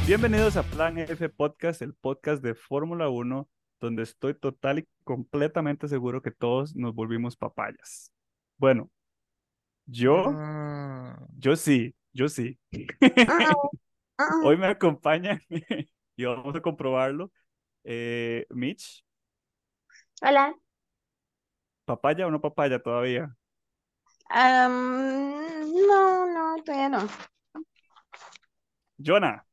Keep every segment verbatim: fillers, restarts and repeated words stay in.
Bienvenidos a Plan F Podcast, el podcast de Fórmula Uno, donde estoy total y completamente seguro que todos nos volvimos papayas. Bueno, yo, Mm, yo sí, yo sí. mm, mm. Hoy me acompaña y vamos a comprobarlo. Eh, Mitch, Hola. ¿papaya o no papaya todavía? Am, no, no, todavía no. Jonah,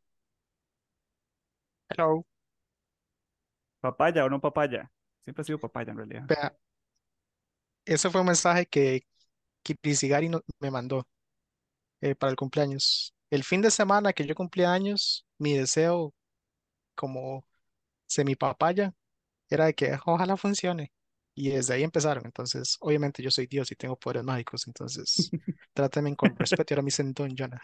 Hello. ¿papaya o no papaya? Siempre ha sido papaya en realidad. Vea, ese fue un mensaje que Kirisigari no- me mandó eh, para el cumpleaños. El fin de semana que yo cumplía años, mi deseo como semipapaya era de que ojalá funcione. Y desde ahí empezaron. Entonces, obviamente yo soy Dios y tengo poderes mágicos. Entonces, trátenme con respeto y ahora me dicen Don Jonah.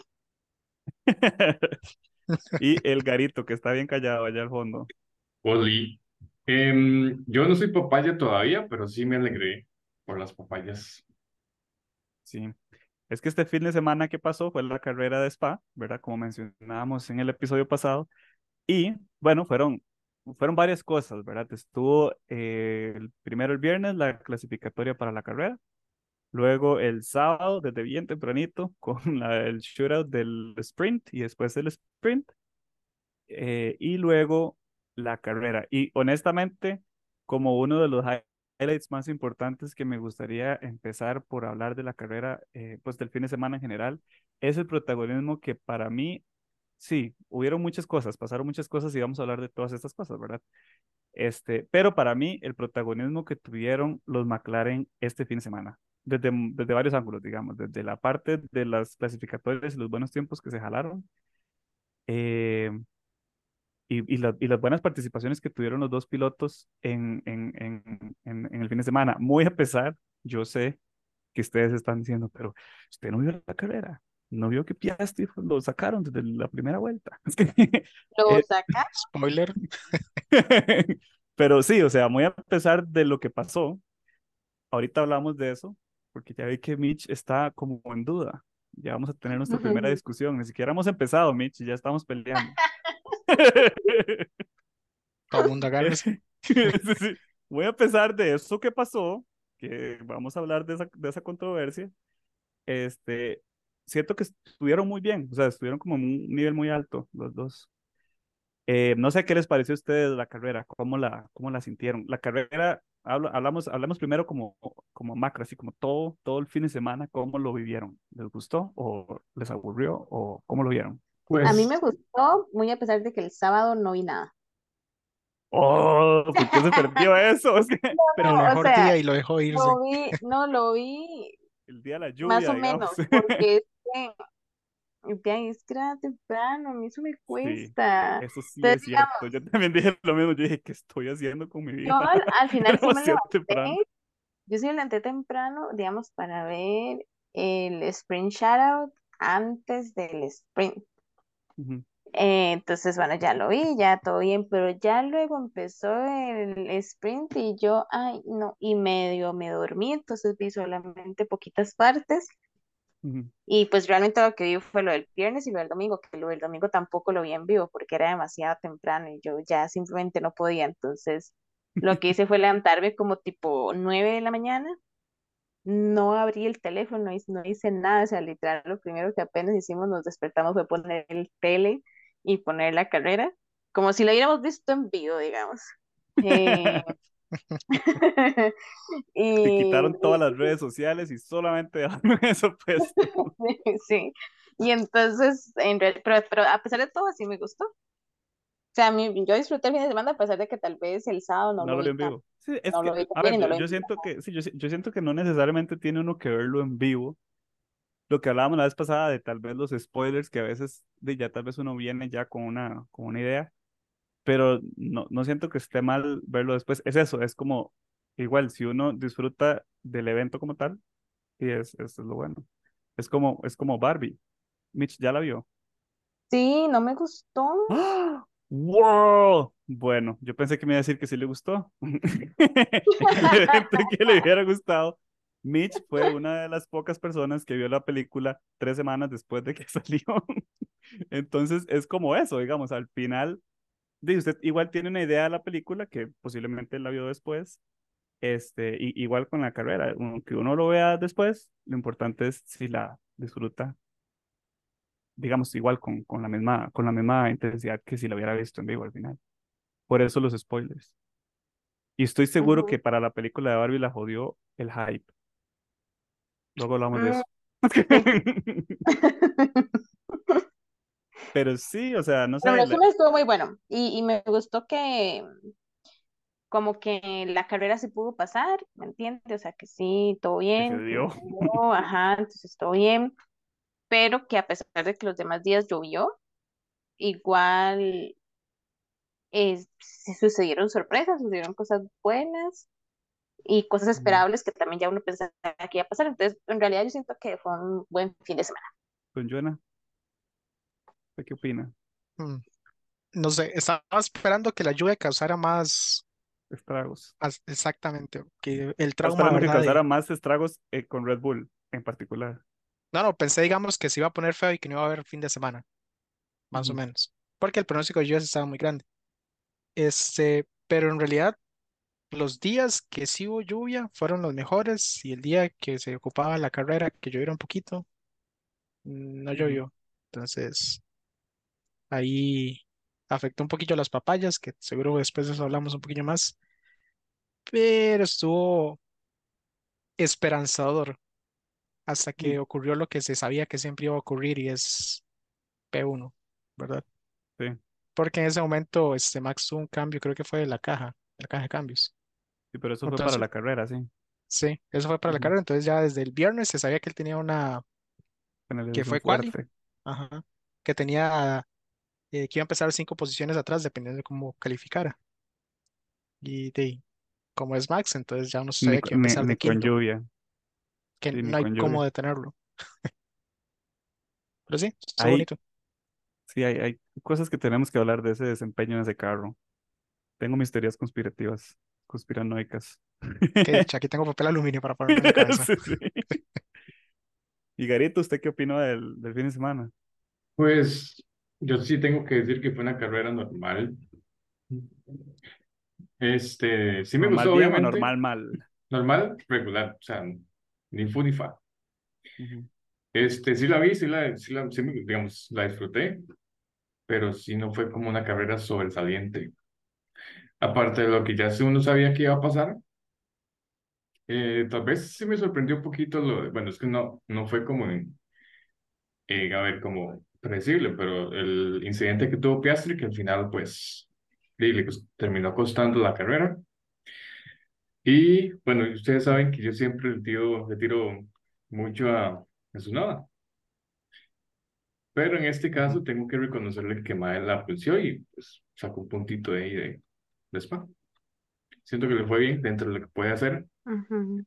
Y el garito que está bien callado allá al fondo. Oli. Em, yo no soy papaya todavía, pero sí me alegré por las papayas. Sí. Es que este fin de semana que pasó fue la carrera de Spa, ¿verdad? Como mencionábamos en el episodio pasado. Y bueno, fueron, fueron varias cosas, ¿verdad? Estuvo eh, el- primero el viernes la clasificatoria para la carrera. Luego el sábado, desde bien tempranito, con la- el shootout del sprint y después el sprint. Eh, y luego la carrera. Y honestamente, como uno de los hi- highlights más importantes que me gustaría empezar por hablar de la carrera, eh, pues del fin de semana en general, es el protagonismo que para mí, sí, hubieron muchas cosas, pasaron muchas cosas y vamos a hablar de todas estas cosas, ¿verdad? Este, pero para mí, el protagonismo que tuvieron los McLaren este fin de semana, desde, desde varios ángulos, digamos, desde la parte de las clasificatorias y los buenos tiempos que se jalaron. eh, y, y, la- y las buenas participaciones que tuvieron los dos pilotos en, en, en, en, en el fin de semana. Muy a pesar, yo sé que ustedes están diciendo, pero usted no vio la carrera, no vio que Piastri lo sacaron desde la primera vuelta. Es que, ¿Lo eh, saca? Spoiler. pero sí, o sea, muy a pesar de lo que pasó, ahorita hablamos de eso, porque ya vi que Mitch está como en duda. Ya vamos a tener nuestra primera discusión. Ni siquiera hemos empezado, Mitch, y ya estamos peleando. Todo el mundo Eh, agárrese. sí, sí. Voy a empezar de eso que pasó, que vamos a hablar de esa, de esa controversia. Este, siento que estuvieron muy bien, o sea, estuvieron como en un nivel muy alto los dos. Eh, no sé qué les pareció a ustedes la carrera, cómo la, cómo la sintieron. La carrera, hablo- hablamos, hablamos primero como, como macro, así como todo, todo el fin de semana, cómo lo vivieron. ¿Les gustó o les aburrió o cómo lo vieron? A mí Pues, me gustó, muy a pesar de que el sábado no vi nada. Oh, ¿por qué se perdió eso? Es que No, El o mejor sea, pues, día y lo dejó irse. lo vi, no lo vi el día de la más lluvia, o digamos. menos, porque es que vean, es que era temprano, a mí eso me Sí, cuesta. eso sí Entonces, es cierto. digamos, Yo también dije lo mismo. Yo dije, ¿qué estoy haciendo con mi yo vida? al, al final sí me Demasiado levanté, temprano. yo sí me levanté temprano, digamos, para ver el sprint shoutout antes del sprint. Ujú, Eh, entonces, bueno, ya lo vi, ya todo bien, pero ya luego empezó el sprint y yo, ay, no, y medio me dormí, entonces vi solamente poquitas partes. ujú. Y pues realmente lo que vi fue lo del viernes y lo del domingo, que lo del domingo tampoco lo vi en vivo porque era demasiado temprano y yo ya simplemente no podía. Entonces, lo que hice fue levantarme como tipo nueve de la mañana, no abrí el teléfono, no hice, no hice nada, o sea, literal, lo primero que apenas hicimos, nos despertamos fue poner el tele y poner la carrera, como si lo hubiéramos visto en vivo, digamos. Eh, Te y quitaron todas las redes sociales y solamente dejaron eso puesto. sí, y entonces, en real- pero, pero a pesar de todo, sí me gustó. O sea, a mí, yo disfruté el fin de semana a pesar de que tal vez el sábado no No lo lo vi vi en tan, vivo. Sí, es no lo que, vi tan a bien ver, y no yo, lo vi yo tan siento temprano. que, sí, yo, si- yo siento que no necesariamente tiene uno que verlo en vivo. Lo que hablábamos la vez pasada de tal vez los spoilers, que a veces de ya tal vez uno viene ya con una, con una idea, pero no, no siento que esté mal verlo después. Es eso, es como, igual, si uno disfruta del evento como tal, y es, eso es lo bueno. Es como, es como Barbie. Mitch, ¿ya la vio? Sí, no me gustó. ¡Ah! ¡Wow! Bueno, yo pensé que me iba a decir que sí le gustó. En el evento que le hubiera gustado, Mitch fue una de las pocas personas que vio la película tres semanas después de que salió. Entonces es como eso, digamos, al final, de usted igual tiene una idea de la película que posiblemente la vio después, este, y, igual con la carrera, aunque uno lo vea después, lo importante es si la disfruta, digamos, igual con, con la misma, con la misma intensidad que si la hubiera visto en vivo al final. Por eso los spoilers. Y estoy seguro que Ujú. para la película de Barbie la jodió el hype. Luego hablamos de Mm, eso. sí. Pero sí, o sea, no Pero en sé, la- resumen estuvo muy bueno y, y me gustó que como que la carrera se pudo pasar, ¿me entiendes? O sea, que sí, todo que se bien, que dio. llegó, ajá, entonces todo bien, pero que a pesar de que los demás días llovió, igual eh, sí sucedieron sorpresas, sucedieron cosas buenas y cosas Ujú. esperables que también ya uno pensaba que iba a pasar. Entonces, en realidad yo siento que fue un buen fin de semana. Con Joana, ¿usted qué opina? Mm, No sé, estaba esperando que la lluvia causara más, Estragos. más exactamente, que el Estaba trauma, esperando que ¿verdad? causara De, más estragos eh, con Red Bull en particular. no, no, pensé, digamos, que se iba a poner feo y que no iba a haber fin de semana, más o Ujú, menos, porque el pronóstico de lluvias estaba muy grande. Este, pero en realidad, los días que sí hubo lluvia fueron los mejores y el día que se ocupaba la carrera, que lloviera un poquito, mm, no ujú. llovió. Entonces, ahí afectó un poquillo las papayas, que seguro después de eso hablamos un poquillo más, pero estuvo esperanzador hasta Mm, que ocurrió lo que se sabía que siempre iba a ocurrir y es P uno, ¿verdad? sí, Porque en ese momento este Max tuvo un cambio, creo que fue de la caja, la caja de cambios. sí, pero eso fue para Entonces, la carrera, sí. sí, eso fue para la Ujú. carrera. Entonces ya desde el viernes se sabía que él tenía una, que Penalización fue quali, fuerte. ajá, que tenía, eh, que iba a empezar cinco posiciones atrás dependiendo de cómo calificara. Y de, como es Max, entonces ya uno Ni, sabía co- que iba a ni, empezar ni de con quinto, lluvia. que Sí, ni no hay con cómo lluvia. detenerlo. Pero sí, estuvo Hay, bonito. sí, hay, hay cosas que tenemos que hablar de ese desempeño en ese carro. Tengo mis teorías conspirativas, conspiranoicas. Qué dicha, aquí tengo papel aluminio para ponerme en la cabeza. Sí, sí. Y Garito, ¿usted qué opinó del, del fin de semana? Pues yo sí tengo que decir que fue una carrera normal. Este, sí me ¿Normal gustó, bien o obviamente. normal mal? Normal, regular, o sea, ni fu ni fa. Ujú, Este, sí la vi, sí la, sí la, sí me- digamos, la disfruté, pero sí no fue como una carrera sobresaliente. Aparte de lo que ya uno sabía que iba a pasar, eh, tal vez sí me sorprendió un poquito lo, de- bueno, es que no, no fue como, en- eh, a ver, como predecible, pero el incidente que tuvo Piastri, que al final, pues, sí, le cos- terminó costando la carrera. Y bueno, ustedes saben que yo siempre le tiro, le tiro mucho a, a Tsunoda, pero en este ujú. caso tengo que reconocerle que Mae la pulsió y pues sacó un puntito de ahí de, de Spa. Siento que le fue bien dentro de lo que puede hacer. Ujú.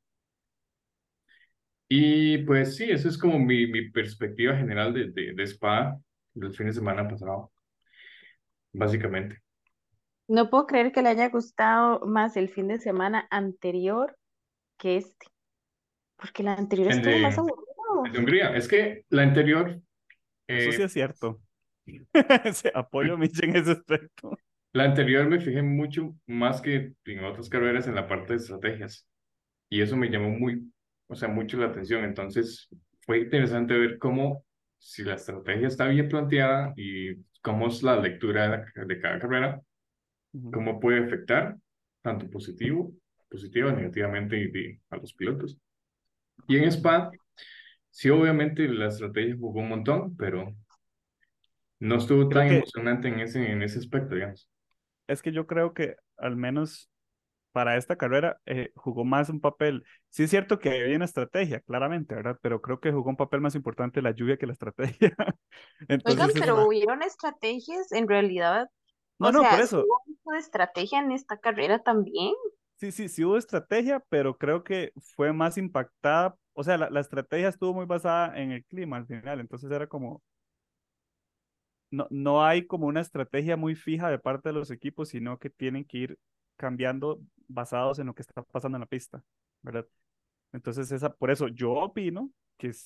Y pues sí, eso es como mi, mi perspectiva general de, de, de Spa del fin de semana pasado, básicamente. No puedo creer que le haya gustado más el fin de semana anterior que este, porque el anterior El estuvo de, más el aburrido. de Hungría, es que la anterior, Eso sí eh, es cierto. Sí, apoyo a Mitch en ese aspecto. la anterior me fijé mucho más que en otras carreras en la parte de estrategias. Y eso me llamó muy, o sea, mucho la atención. Entonces, fue interesante ver cómo, si la estrategia está bien planteada y cómo es la lectura de, la- de cada carrera, Ujú, cómo puede afectar tanto positivo, positiva, negativamente y, y a los pilotos. Y en ujú. Spa, sí, obviamente la estrategia jugó un montón, pero no estuvo Creo tan que emocionante en ese, en ese aspecto, digamos. es que yo creo que al menos para esta carrera eh, jugó más un papel. Sí es cierto que había una estrategia, claramente, ¿verdad? Pero creo que jugó un papel más importante la lluvia que la estrategia. Oigan, Entonces es, pero hubieron estrategias, en realidad, no, o no, por sea, ¿sí eso. hubo algo de estrategia en esta carrera también? Sí, sí, sí hubo estrategia, pero creo que fue más impactada. O sea, la, la estrategia estuvo muy basada en el clima al final. Entonces era como, no, no hay como una estrategia muy fija de parte de los equipos, sino que tienen que ir cambiando basados en lo que está pasando en la pista, ¿verdad? Entonces, esa, por eso yo opino que s-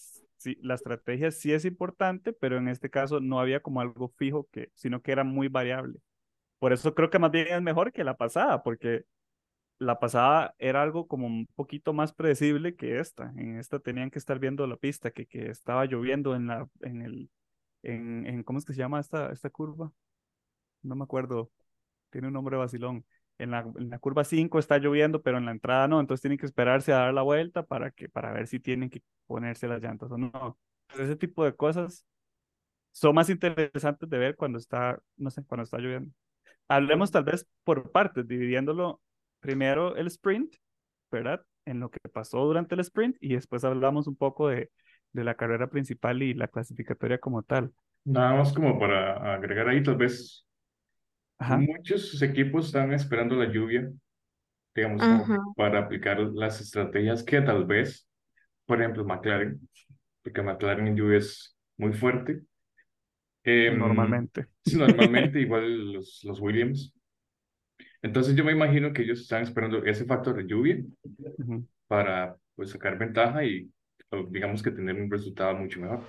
sí, la estrategia sí es importante, pero en este caso no había como algo fijo que, sino que era muy variable. Por eso creo que más bien es mejor que la pasada, porque la pasada era algo como un poquito más predecible que esta. En esta tenían que estar viendo la pista, que, que estaba lloviendo en la, en el, en, en, ¿cómo es que se llama esta, esta curva? No me acuerdo, tiene un nombre vacilón. En la, en la curva cinco está lloviendo, pero en la entrada no, entonces tienen que esperarse a dar la vuelta para que, para ver si tienen que ponerse las llantas o no. Entonces, ese tipo de cosas son más interesantes de ver cuando está, no sé, cuando está lloviendo. Hablemos tal vez por partes, dividiéndolo primero el sprint, ¿verdad? En lo que pasó durante el sprint y después hablamos un poco de, de la carrera principal y la clasificatoria como tal. Nada más como para agregar ahí, tal vez Ajá, muchos equipos están esperando la lluvia, digamos, como Ujú. para aplicar las estrategias que tal vez, por ejemplo, McLaren, porque McLaren en lluvia es muy fuerte. Em, normalmente. sí, normalmente igual los, los Williams. Entonces yo me imagino que ellos están esperando ese factor de lluvia Ujú. para pues sacar ventaja y o, digamos que tener un resultado mucho mejor.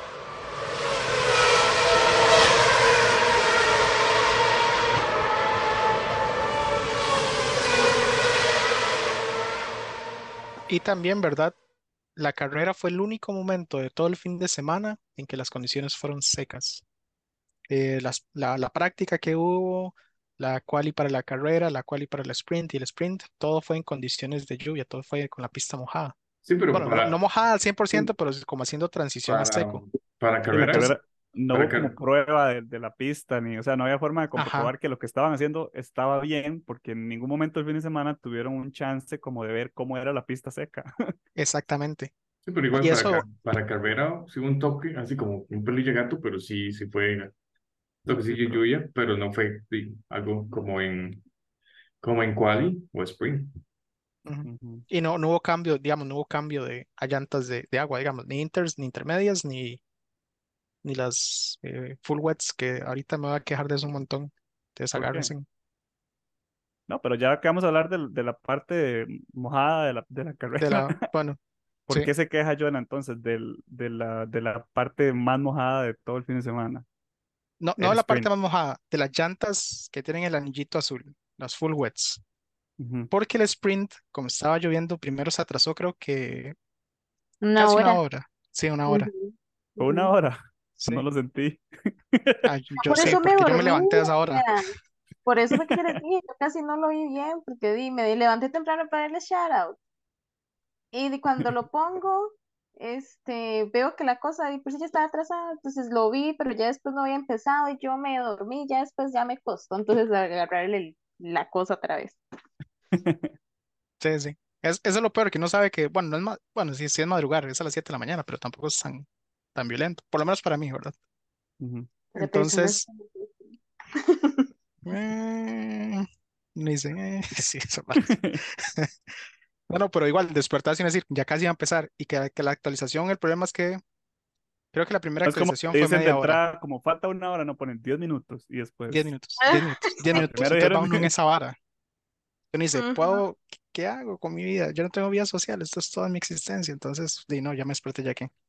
Y también, ¿verdad? La carrera fue el único momento de todo el fin de semana en que las condiciones fueron secas. Eh, las- la, la práctica que hubo, la quali para la carrera, la quali para el sprint y el sprint, todo fue en condiciones de lluvia, todo fue con la pista mojada. Sí, pero Bueno, no, no para, mojada al cien por ciento, sí, pero es como haciendo transición a para, seco. para En la carrera, Entonces, carrera no para hubo como car- prueba de, de la pista, ni, o sea, no había forma de ajá, comprobar que lo que estaban haciendo estaba bien, porque en ningún momento el fin de semana tuvieron un chance como de ver cómo era la pista seca. exactamente. sí, pero igual Y para, eso, car- para carrera, sí hubo un toque, así como un pelillo de gato, pero sí, sí fue Sí, toquecillo de pero lluvia, pero no fue sí, algo como en, como en quali o sprint. ujú. ujú. Y no, no hubo cambio, digamos, no hubo cambio de a llantas de, de agua, digamos, ni inters, ni intermedias, ni, ni las eh, full wets, que ahorita me voy a quejar de eso un montón. Entonces ¿Por qué? agárrense No, pero ya que vamos a hablar del- de, la parte mojada de la, de la de carrera, la, bueno, ¿por sí. qué se queja Jonah entonces del, de la, de la parte más mojada de todo el fin de semana? No, no El la parte sprint. más mojada, de las llantas que tienen el anillito azul, las full wets. Ujú. Porque el sprint, como estaba lloviendo, primero se atrasó, creo que Una casi una hora. hora. Sí, una hora. Ujú, Fue una ujú. hora, no Sí. lo sentí. Ah, yo Por sí, eso me porque yo me dormí, levanté a esa o hora. sea, por eso fue que yo les dije, yo casi no lo vi bien, porque di, me levanté temprano para darle shout out. Y de cuando lo pongo, este, veo que la cosa de por sí ya estaba atrasada, entonces lo vi, pero ya después no había empezado y yo me dormí, ya después ya me costó, entonces agarrarle el- la cosa otra vez. Sí, sí. Es, eso es lo peor, que no sabe que, bueno, no es ma- bueno, sí, sí es madrugar, es a las siete de la mañana, pero tampoco es tan, tan violento, por lo menos para mí, ¿verdad? Ujú. Para personas. Entonces, eh, me dicen, eh, sí, eso bueno, pero igual, despertar sin decir, ya casi va a empezar, y que, que la actualización, el problema es que creo que la primera Es como actualización te fue dicen de media hora, entrada, como falta una hora, no ponen diez minutos y diez después, minutos, diez minutos, diez ah, minutos, primero entonces va dijeron, uno en esa vara. Uno dice, Ujú. ¿puedo, qué qué hago con mi vida? Yo no tengo vida social, esto es toda mi existencia, entonces, di, no, ya me desperté ya que.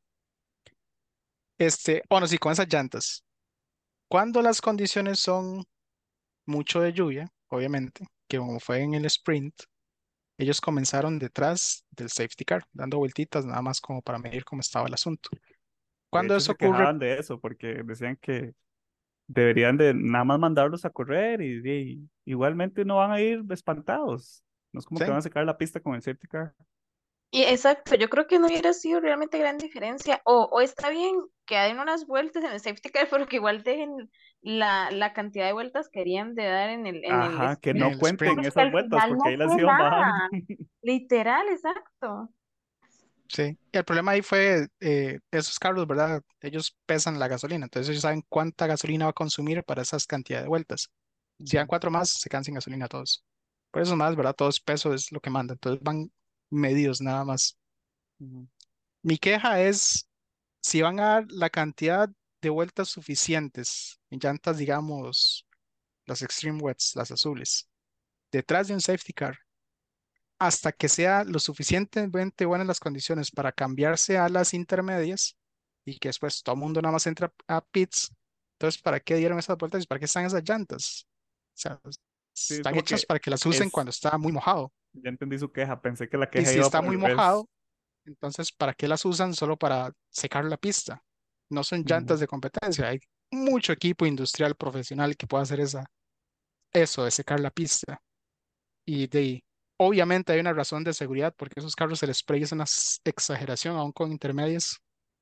Este, bueno, sí, con esas llantas. Cuando las condiciones son mucho de lluvia, obviamente, que como fue en el sprint, ellos comenzaron detrás del safety car, dando vueltitas nada más como para medir cómo estaba el asunto. de Cuando hecho eso se ocurre, quejaban de eso porque decían que deberían de nada más mandarlos a correr y, y igualmente no van a ir espantados. No es como que sí, van a sacar la pista con el safety car. Y exacto, yo creo que no hubiera sido realmente gran diferencia. O, o está bien que den unas vueltas en el safety car, pero que igual dejen la, la cantidad de vueltas que querían de dar en el, en el Ajá, que en sprint, no el sprint, cuenten porque esas al vueltas final porque no ahí las fue iban bajando. nada. Literal, exacto. sí. Y el problema ahí fue eh, esos carros, ¿verdad? Ellos pesan la gasolina, entonces ellos saben cuánta gasolina va a consumir para esas cantidades de vueltas. Si dan Ujú, cuatro más, se quedan sin gasolina todos. Por eso más, ¿verdad? Todo es peso, es lo que manda. Entonces van medidos nada más. ujú. Mi queja es si van a dar la cantidad de vueltas suficientes en llantas, digamos, las Extreme Wets, las azules, detrás de un safety car, hasta que sea lo suficientemente buenas las condiciones para cambiarse a las intermedias y que después todo el mundo nada más entra a pits. Entonces, ¿para qué dieron esas vueltas y para qué están esas llantas? O sea, Sí, es están como hechas que para que las usen es, cuando está muy mojado. ya entendí su queja, pensé que la Y queja si iba está por muy el revés. mojado, entonces, ¿para qué las usan? Solo para secar la pista. No son Ujú. llantas de competencia. Hay mucho equipo industrial profesional que puede hacer esa, eso de secar la pista. Y de, obviamente hay una razón de seguridad porque esos carros el spray es una s- exageración, aún con intermedias.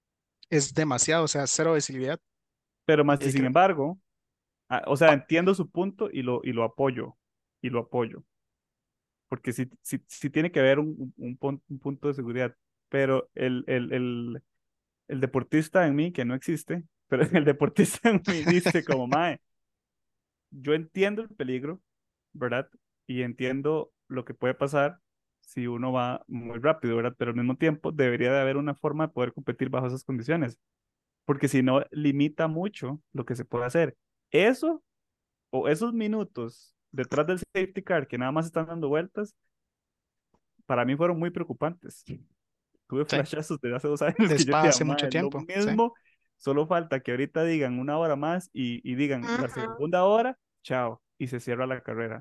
Es demasiado, o sea, cero visibilidad. Pero más Y si hay sin que- embargo, ah, o sea, entiendo su punto y lo, y lo apoyo, y lo apoyo, porque sí, sí, sí tiene que haber un, un, un pun- un punto de seguridad, pero el, el, el, el deportista en mí, que no existe, pero el deportista en mí dice como, mae, yo entiendo el peligro, ¿verdad? Y entiendo lo que puede pasar si uno va muy rápido, ¿verdad? Pero al mismo tiempo debería de haber una forma de poder competir bajo esas condiciones, porque si no, limita mucho lo que se puede hacer. Eso o esos minutos detrás del safety car que nada más están dando vueltas, para mí fueron muy preocupantes. Tuve sí, flashazos de hace dos años de que yo spa decía, hace mucho madre, lo tiempo, sí. mismo, solo falta que ahorita digan una hora más y, y digan la Ujú. segunda hora, chao, y se cierra la carrera.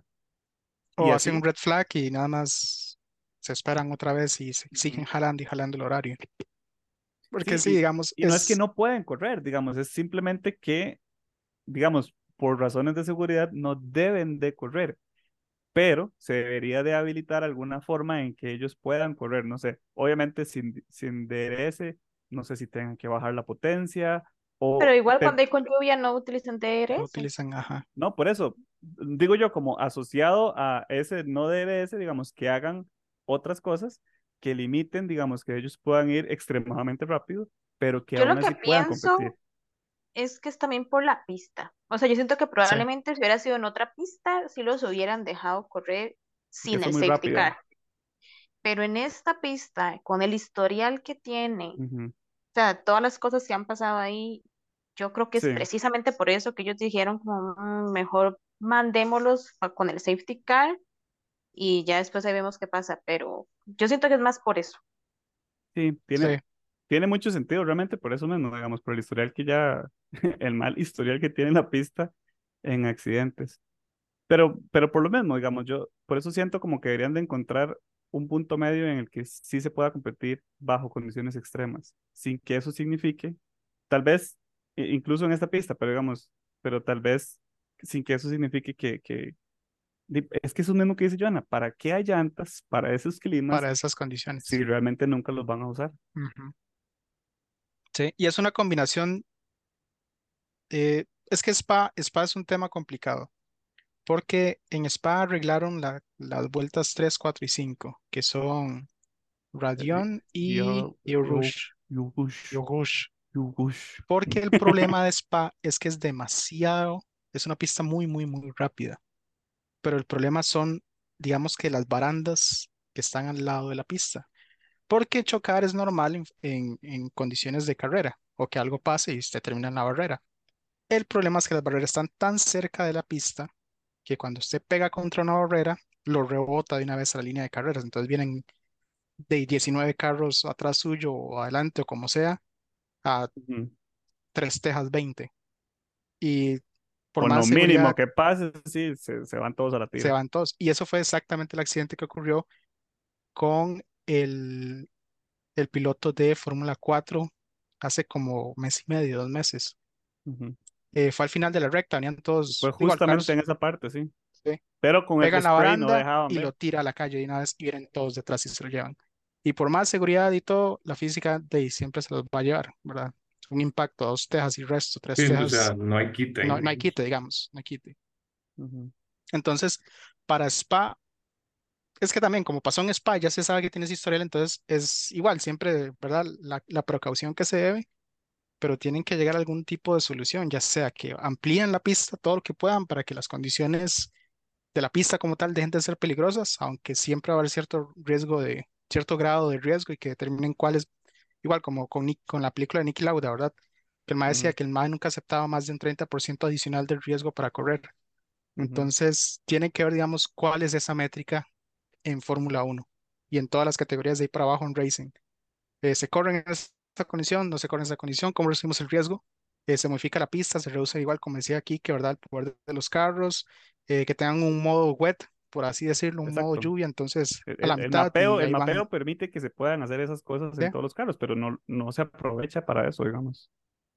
Y O hacen un así, red flag y nada más se esperan otra vez y se siguen ujú. jalando y jalando el horario. Porque Sí, sí, y, digamos, y no es que es no pueden correr, digamos, es simplemente que, digamos, por razones de seguridad no deben de correr, pero se debería de habilitar alguna forma en que ellos puedan correr, no sé, obviamente sin, sin D R S, no sé si tengan que bajar la potencia Pero o, igual te- cuando hay con lluvia no utilizan no D R S. utilizan, ajá, no, por eso, digo yo, como asociado a ese no D R S, digamos, que hagan otras cosas que limiten, digamos, que ellos puedan ir extremadamente rápido, pero que Yo aún lo que así puedan competir, pienso es que es también por la pista. O sea, yo siento que sí, probablemente si hubiera sido en otra pista, sí los hubieran dejado correr porque sin eso el es muy safety rápida. car. Pero en esta pista, con el historial que tiene, o Ujú. sea, todas las cosas que han pasado ahí, yo creo que es Sí, precisamente por eso que ellos dijeron como "Mm, mejor mandémoslos pa- con el safety car y ya después ahí vemos qué pasa". Pero yo siento que es más por eso. sí, sí, tiene, tiene mucho sentido realmente, por eso mismo, digamos, por el historial que ya, el mal historial que tiene la pista en accidentes. Pero, pero por lo mismo, digamos, yo por eso siento como que deberían de encontrar un punto medio en el que sí se pueda competir bajo condiciones extremas, sin que eso signifique, tal vez, i- incluso en esta pista, pero digamos, pero tal vez sin que eso signifique que, que di- es que eso mismo que dice Joana, ¿para qué hay llantas para esos climas para esas condiciones. si realmente nunca los van a usar? Ujú. Sí, y es una combinación, eh, es que Spa, Spa es un tema complicado, porque en Spa arreglaron la- las vueltas tres, cuatro y cinco, que son Eh, Radión y Yo, Eau yo, Rouge, yo, Eau Rouge. yo, yo. Porque el problema de Spa es que es demasiado, es una pista muy, muy, muy rápida, pero el problema son, digamos que las barandas que están al lado de la pista, porque chocar es normal en, en en condiciones de carrera, o que algo pase y usted termina en la barrera. El problema es que las barreras están tan cerca de la pista que cuando usted pega contra una barrera, lo rebota de una vez a la línea de carreras. Entonces vienen de diecinueve carros atrás suyo o adelante o como sea, a Ujú. tres Tejas veinte. Y por O más lo mínimo seguridad que pase, sí, se, se van todos a la se tira. van todos. Y eso fue exactamente el accidente que ocurrió con el, el piloto de Fórmula cuatro hace como mes y medio, dos meses. Ujú. Eh, fue al final de la recta, venían Fue todos igual justamente en carros. esa parte, sí. ¿Sí? Pero con el Pegan la spray no baranda dejaban y lo ver. tira a la calle y una vez y vienen todos detrás y se lo llevan. Y por más seguridad y todo, la física de ahí siempre se los va a llevar, ¿verdad? Un impacto, dos tejas y resto, tres Sí, o sea, tejas, no hay quita ahí, no, no hay digamos. quite, digamos, no hay quite. Ujú, Entonces, para Spa, es que también como pasó en Spa, ya se sabe que tiene ese historial, entonces es igual, siempre, ¿verdad? La, la precaución que se debe, pero tienen que llegar a algún tipo de solución, ya sea que amplíen la pista todo lo que puedan para que las condiciones de la pista como tal dejen de ser peligrosas, aunque siempre va a haber cierto riesgo de, cierto grado de riesgo y que determinen cuáles, igual como con, Nick- con la película de Niki Lauda, ¿verdad? Que el MAE decía ujú, que el MAE nunca aceptaba más de un treinta por ciento adicional del riesgo para correr. ujú, Entonces, tiene que ver, digamos, cuál es esa métrica en Fórmula Uno y en todas las categorías de ahí para abajo en Racing. Eh, se corre en esta condición, no se corre en esa condición, cómo reducimos el riesgo. Eh, se modifica la pista, se reduce igual, como decía aquí, que verdad, el poder de los carros, eh, que tengan un modo wet, por así decirlo, un modo Exacto. lluvia, entonces El, a la el- el mitad mapeo, y el ahí van, mapeo permite que se puedan hacer esas cosas en ¿ya? todos los carros, pero no, no se aprovecha para eso, digamos.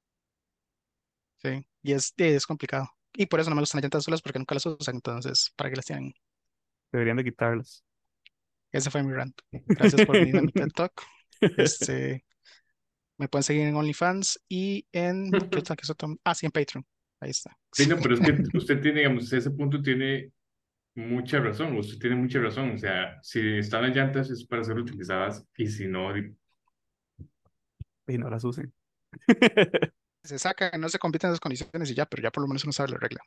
Sí, y es, eh, es complicado. Y por eso no me gustan las llantas azules porque nunca las usan, entonces, ¿para qué las tienen? Deberían de quitarlas. Ese fue mi rant. Gracias por venir a mi TED Talk. Este, me pueden seguir en OnlyFans y en, ¿qué otra, qué es otro? Ah, sí, en Patreon. Ahí está. Sí, no, pero es que usted tiene, digamos, ese punto tiene mucha razón, usted tiene mucha razón. O sea, si están las llantas es para ser utilizadas y si no, di- Y no las usen. Se saca, no se compite en esas condiciones y ya, pero ya por lo menos uno sabe la regla.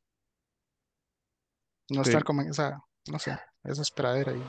No estar Sí. como en esa, no sé, esa esperadera ahí.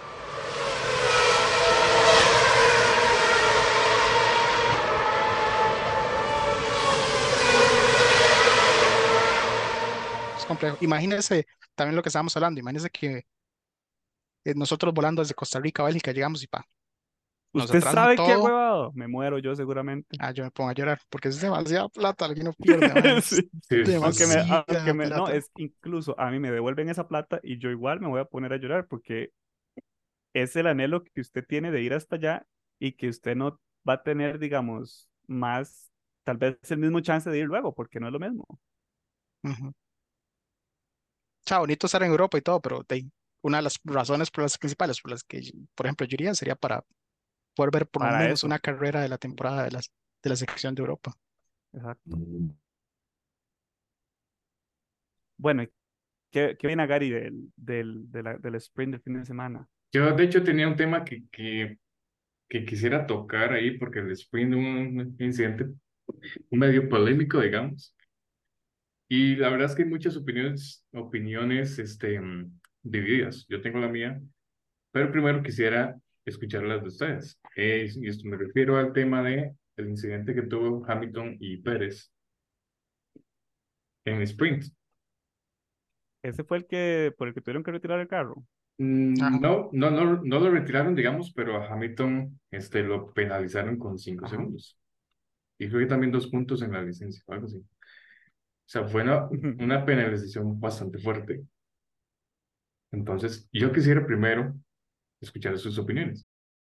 Es complejo. Imagínese también lo que estábamos hablando. Imagínese que eh, nosotros volando desde Costa Rica a Bélgica llegamos y pa, nos Usted atrasan sabe qué todo. huevado. Me muero yo seguramente. Ah, yo me pongo a llorar porque es demasiada plata la que uno pierde, ma, es Sí. sí, sí, Aunque me, sí. aunque demasiada me, no, plata. es incluso a mí me devuelven esa plata y yo igual me voy a poner a llorar porque es el anhelo que usted tiene de ir hasta allá y que usted no va a tener, digamos, más, tal vez el mismo chance de ir luego, porque no es lo mismo. Ujú. Chao, bonito estar en Europa y todo, pero de ahí, una de las razones por las principales por las que, por ejemplo, yo iría sería para poder ver por lo Para menos eso. una carrera de la temporada de, las, de la sección de Europa. Exacto. Bueno, ¿y ¿qué, qué viene Gary del, del, de la- del sprint del fin de semana? Yo, de hecho, tenía un tema que, que, que quisiera tocar ahí porque el sprint, un incidente medio polémico, digamos. Y la verdad es que hay muchas opiniones, opiniones, este, mm, divididas. Yo tengo la mía, pero primero quisiera escuchar las de ustedes. Eh, y esto me refiero al tema de el incidente que tuvo Hamilton y Pérez en el sprint. Ese fue el que, por el que tuvieron que retirar el carro. Mm, Ajá. No, no, no, no lo retiraron, digamos, pero a Hamilton, este, lo penalizaron con cinco Ajá. segundos. Y creo que también dos puntos en la licencia, o algo así. O sea, fue una, una penalización bastante fuerte. Entonces, yo quisiera primero escuchar sus opiniones.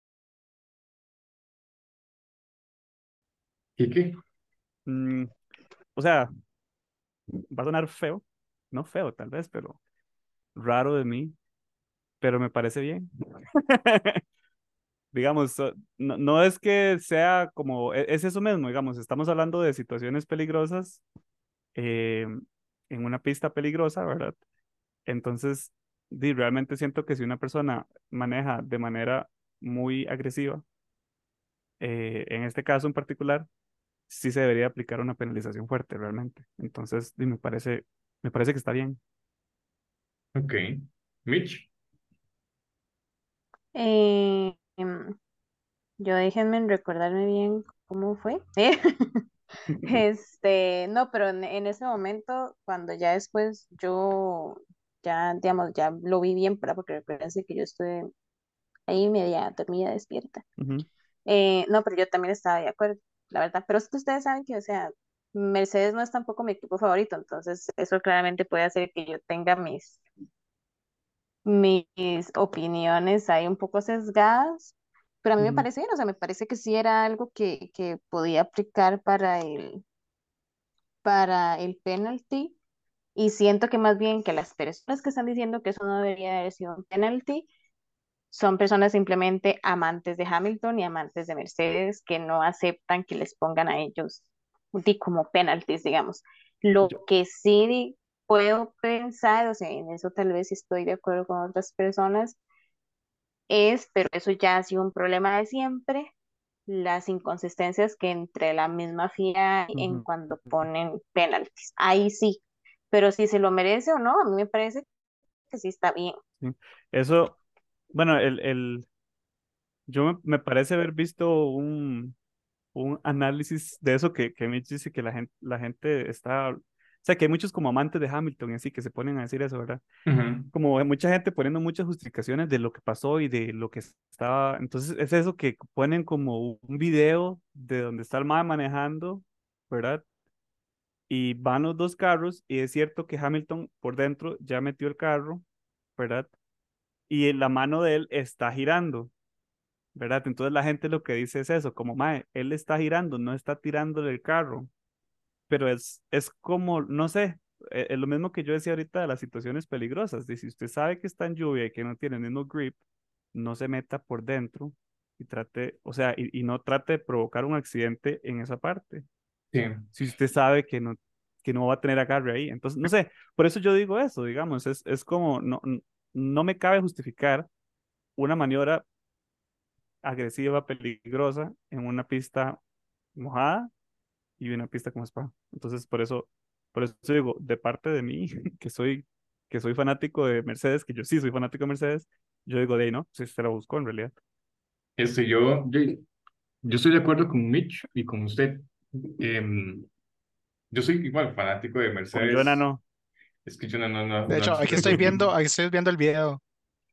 Kike, Mm, o sea, va a sonar feo, no feo tal vez, pero raro de mí, pero me parece bien. Digamos, so- no, no es que sea como, e- es eso mismo, digamos, estamos hablando de situaciones peligrosas eh, en una pista peligrosa, ¿verdad? Entonces, di, realmente siento que si una persona maneja de manera muy agresiva, eh, en este caso en particular, sí se debería aplicar una penalización fuerte realmente. Entonces, di, me parece, me parece que está bien. ok. Mitch, Eh, em, yo déjenme recordarme bien cómo fue. Este, no, pero en, en ese momento, cuando ya después yo, ya, digamos, ya lo vi bien, ¿verdad? Porque recuérdense que yo estuve ahí media dormida, despierta. Ujú, Eh, no, pero yo también estaba de acuerdo, la verdad. Pero es que ustedes saben que, o sea, Mercedes no es tampoco mi equipo favorito, entonces eso claramente puede hacer que yo tenga mis, mis opiniones ahí un poco sesgadas, pero a mí me ujú, parece bien, o sea, me parece que sí era algo que, que podía aplicar para el, para el penalty. Y siento que más bien que las personas que están diciendo que eso no debería haber sido un penalty son personas simplemente amantes de Hamilton y amantes de Mercedes que no aceptan que les pongan a ellos di, como penalties, digamos. Lo yo- que sí di- puedo pensar, o sea, en eso tal vez estoy de acuerdo con otras personas, es, pero eso ya ha sido un problema de siempre, las inconsistencias que entre la misma F I A hay en ujú, cuando ponen penalties. Ahí sí, pero si se lo merece o no, a mí me parece que sí está bien. sí. Eso, bueno, el, el, yo me, me parece haber visto un, un análisis de eso que, que Mitch dice que la gente, la gente está sea, que hay muchos como amantes de Hamilton y así que se ponen a decir eso, ¿verdad? Ujú. Como mucha gente poniendo muchas justificaciones de lo que pasó y de lo que estaba. Entonces, es eso que ponen como un video de donde está el mae manejando, ¿verdad? Y van los dos carros y es cierto que Hamilton por dentro ya metió el carro, ¿verdad? Y la mano de él está girando, ¿verdad? Entonces la gente lo que dice es eso, como, mae, él está girando, no está tirándole el carro, pero es, es como, no sé, e- es lo mismo que yo decía ahorita de las situaciones peligrosas, de si usted sabe que está en lluvia y que no tiene el mismo grip, no se meta por dentro y trate, o sea, y, y no trate de provocar un accidente en esa parte, Sí, si usted sabe que no, que no va a tener agarre ahí. Entonces, no sé, por eso yo digo eso, digamos, es, es como, no, n- no me cabe justificar una maniobra agresiva, peligrosa en una pista mojada y una pista como Spa. Entonces, por eso, por eso digo, de parte de mí, que soy, que soy fanático de Mercedes, que yo sí soy fanático de Mercedes, yo digo de ahí, ¿no? Sí, se la buscó en realidad. este, yo, yo, yo estoy de acuerdo con Mitch y con usted. Em, yo soy igual fanático de Con Jonah Mercedes. no. Es que yo no, no, no, De no hecho, aquí estoy expreso. viendo, aquí estoy viendo el video.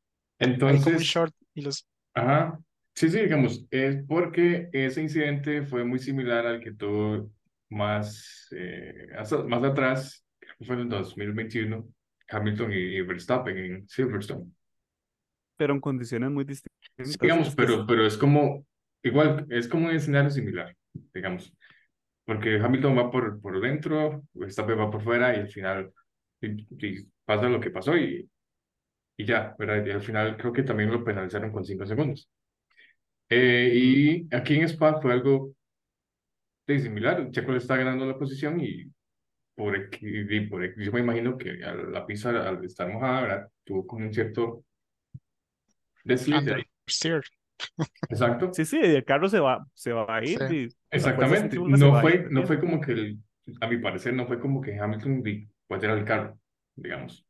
Hay como un Entonces, short y los... ajá, sí, sí, digamos, es porque ese incidente fue muy similar al que tuvo más, eh, hasta- más atrás, creo que fue en el dos mil veintiuno, Hamilton y, y Verstappen en Silverstone. Pero en condiciones muy Sí, distintas. digamos, Es que es, pero, pero es como, igual, es como un escenario similar, digamos, porque Hamilton va por, por dentro, Verstappen va por fuera y al final y- y pasa lo que pasó y, y ya, ¿verdad? Y al final creo que también lo penalizaron con cinco segundos. Eh, ujú, y aquí en Spa fue algo de similar. Checo le está ganando la posición y por, equi- y por equi- yo me imagino que a la pista al estar mojada, ¿verdad? Tuvo como un cierto deslize ahí. Understeer. Exacto, sí, sí, el carro se va, se va a Sí. ir y la fuerza exactamente. centrífuga se No va a ir, fue, ¿me no fue entiendes? como que, el, a mi parecer, no fue como que Hamilton di- pues era el carro, digamos.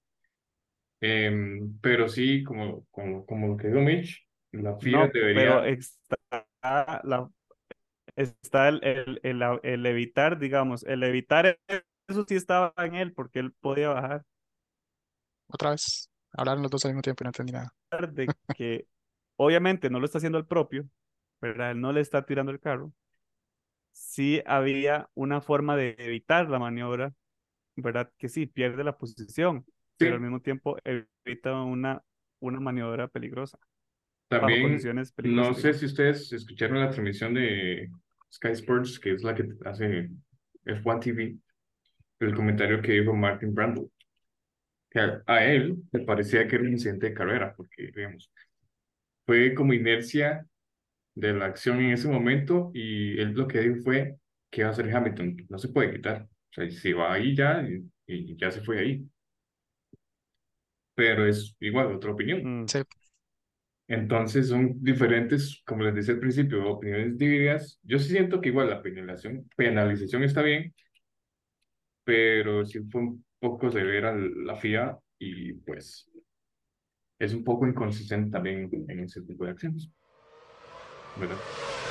Em, pero sí, como, como, como lo que dijo Mitch, la F I A No, pero debería, está, la, está el, el, el, el evitar, digamos, el evitar eso sí estaba en él porque él podía bajar Otra vez. Hablaron los dos al mismo tiempo y no entendí nada. de que obviamente no lo está haciendo el propio, ¿verdad? Él no le está tirando el carro. Sí había una forma de evitar la maniobra, ¿verdad? Que sí, pierde la posición, pero al sí, mismo tiempo evita una, una maniobra peligrosa, bajo también, condiciones no peligrosas, sé digamos. si ustedes escucharon la transmisión de Sky Sports, que es la que hace F uno T V, el comentario que dijo Martin Brundle, que a, a él le parecía que era un incidente de carrera, porque, digamos, fue como inercia de la acción en ese momento y él lo que dijo fue que va a hacer Hamilton, no se puede quitar, o sea, si va ahí ya y, y ya se fue ahí, pero es igual, otra opinión. Mm, Sí. Entonces son diferentes, como les decía al principio, opiniones divididas. Yo sí siento que igual la penalización, penalización está bien, pero sí fue un poco severa la F I A y pues es un poco inconsistente también en ese tipo de acciones, ¿verdad?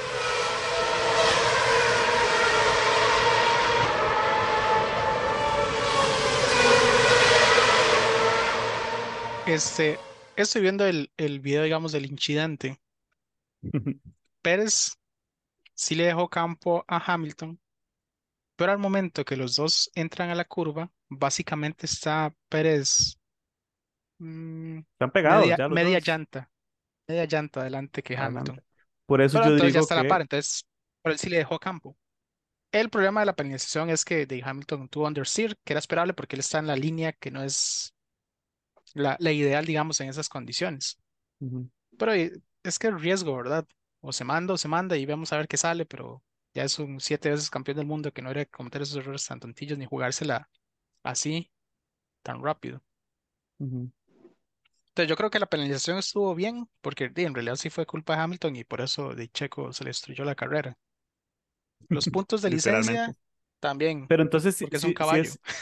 Este, estoy viendo el, el video, digamos, del incidente. Pérez sí le dejó campo a Hamilton, pero al momento que los dos entran a la curva, básicamente está Pérez mm, Están pegados media, ya los media dos, llanta, media llanta adelante que adelante. Hamilton. Por eso Pero yo entonces ya digo está a la par, que, entonces, pero él sí le dejó campo. El problema de la penalización es que de Hamilton tuvo understeer, que era esperable porque él está en la línea que no es la, la ideal, digamos, en esas condiciones. ujú, Pero eh, es que el riesgo, ¿verdad? O se manda o se manda y vamos a ver qué sale, pero ya es un siete veces campeón del mundo que no debería cometer esos errores tan tontillos ni jugársela así tan rápido. ujú. Entonces yo creo que la penalización estuvo bien porque di, en realidad sí fue culpa de Hamilton y por eso de Checo se le destruyó la carrera. Los puntos de licencia Literalmente. también, Pero entonces sí, porque es un sí, sí caballo. es,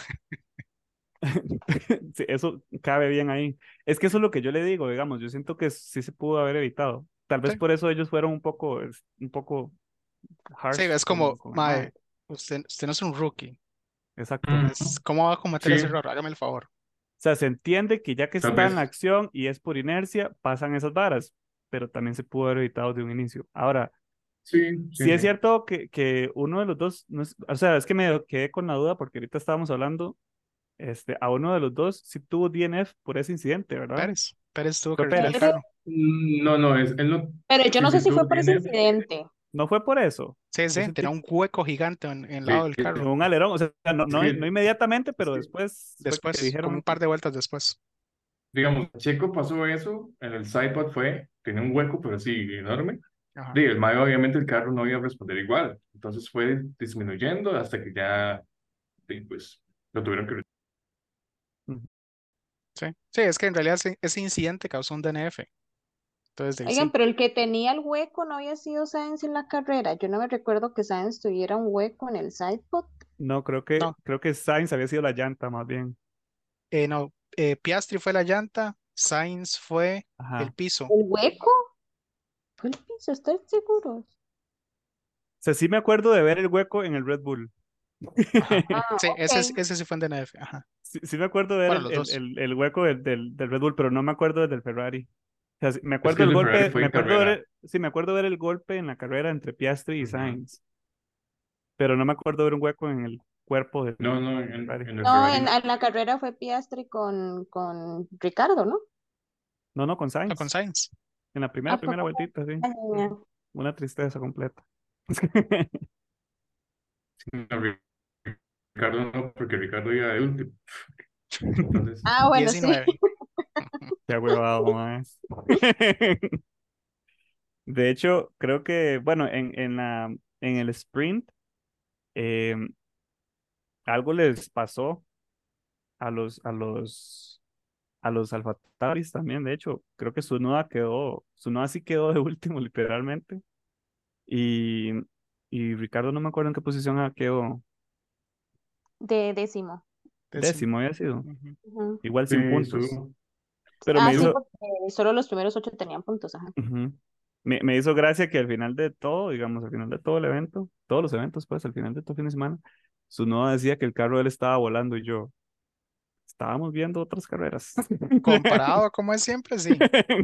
sí, eso cabe bien ahí. Es que eso es lo que yo le digo, digamos, yo siento que sí se pudo haber evitado. Tal vez Sí, por eso ellos fueron un poco, un poco sí, harsh es con, como, con el mae, mae. usted, usted no es un rookie. exacto. O Ujú. Es, ¿cómo va a cometer ese Sí, error? Hágame el favor. sea, se entiende que ya que tal está en vez. acción y es por inercia, pasan esas varas, pero también se pudo haber evitado de un inicio. Ahora, Sí, sí, sí es sí. cierto que, que uno de los dos, no es- o sea, es que me quedé con la duda porque ahorita estábamos hablando, este, a uno de los dos sí tuvo D N F por ese incidente, ¿verdad? Pérez. Pérez tuvo que Fue retirar el Pérez. Pérez, carro. Mm, No, no, es, él no, pero yo sí, no sé sí si tuvo fue por ese D N F. incidente. No fue por eso. Sí, Yo sí, sentí tenía un hueco gigante en, en el lado Sí, del en carro. un alerón, o sea, no, es no, no que, inmediatamente, es pero que, después fue que Después, como un dijeron, par de vueltas después. digamos, Checo pasó eso, en el sidepod fue, tenía un hueco, pero sí, enorme. Ajá. Sí, el Mayo, obviamente, el carro no iba a responder igual. Entonces fue disminuyendo hasta que ya, sí, pues, lo tuvieron que... "Ujú, Sí, sí, es que en realidad ese, ese incidente causó un D N F. Entonces, de ahí Oigan, sí. pero el que tenía el hueco no había sido Sainz en la carrera. Yo no me recuerdo que Sainz tuviera un hueco en el sidepod. no, creo que, No, creo que Sainz había sido la llanta más bien. eh, no. eh, Piastri fue la llanta, Sainz fue el Ajá. piso. ¿El hueco? Fue el piso, ¿estás seguros? O sea, sí me acuerdo de ver el hueco en el Red Bull. Ajá. Ah, Sí, ese, es- ok. ese sí fue en D N F. Ajá. Sí, sí me acuerdo de ver Bueno, el, los el, dos. el, el hueco del, del, del Red Bull, pero no me acuerdo del del Ferrari. O sea, sí, me Es acuerdo que el del de Ferrari golpe, fue me en acuerdo ver, carrera. el- sí, me acuerdo ver el golpe en la carrera entre Piastri y Ujú. Sainz, pero no me acuerdo ver un hueco en el cuerpo del No, no, en, Ferrari. en el No, Ferrari en, no. en la carrera fue Piastri con, con Ricardo, ¿no? No, no, con No, con Sainz. Sainz. En la primera, Ah, fue primera con... vueltita, sí. Ay, ay, ay. Una tristeza completa. No, Ricardo no, porque Ricardo iba de último. Entonces, Ah, bueno, sí. Diecinueve. Qué huevado más. De hecho, creo que, bueno, en, en la, en el sprint, eh, algo les pasó a los, a los, a los Alfa Tauris también. De hecho, creo que Tsunoda quedó, Tsunoda sí quedó de último, literalmente. Y, y Ricardo no me acuerdo en qué posición ah, quedó. De décimo. Décimo. Décimo había sido. Ujú. Ujú. Igual sí, sin puntos. estuvo, Pero me Ah, sí, hizo, estuvo- porque solo los primeros ocho tenían puntos, ajá. ujú. Me, me hizo gracia que al final de todo, digamos, al final de todo el evento, todos los eventos, pues, al final de todo fin de semana, Tsunoda decía que el carro de él estaba volando y yo, estábamos viendo otras carreras. Comparado como es siempre, sí.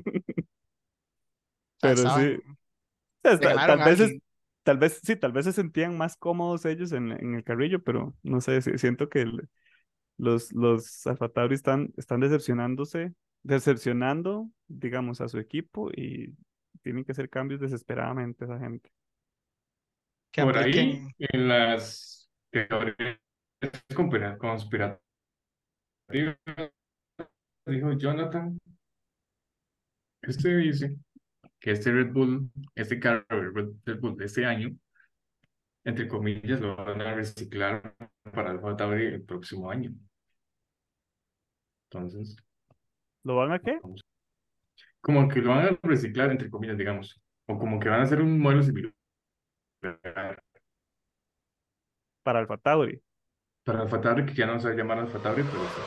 O sea, Pero sí, estaban, le hasta- tal ganaron a vez es, alguien. tal vez, sí, tal vez se sentían más cómodos ellos en, en el carrillo, pero no sé, si- siento que el- los, los Alfa Tauri están, están decepcionándose, decepcionando, digamos, a su equipo y tienen que hacer cambios desesperadamente esa gente. Que por ahí apliquen. en las teorías conspira- conspirativas, dijo Jonathan, este dice que este Red Bull, este carro el Red Red Bull de este año, entre comillas, lo van a reciclar para el J Tauri el próximo año. Entonces, ¿Lo van a qué? vamos, como que lo van a reciclar, entre comillas, digamos, o como que van a hacer un modelo similar Para Alfa Tauri. para Alfa Tauri, que ya no se va a llamar Alfa Tauri, pero sí.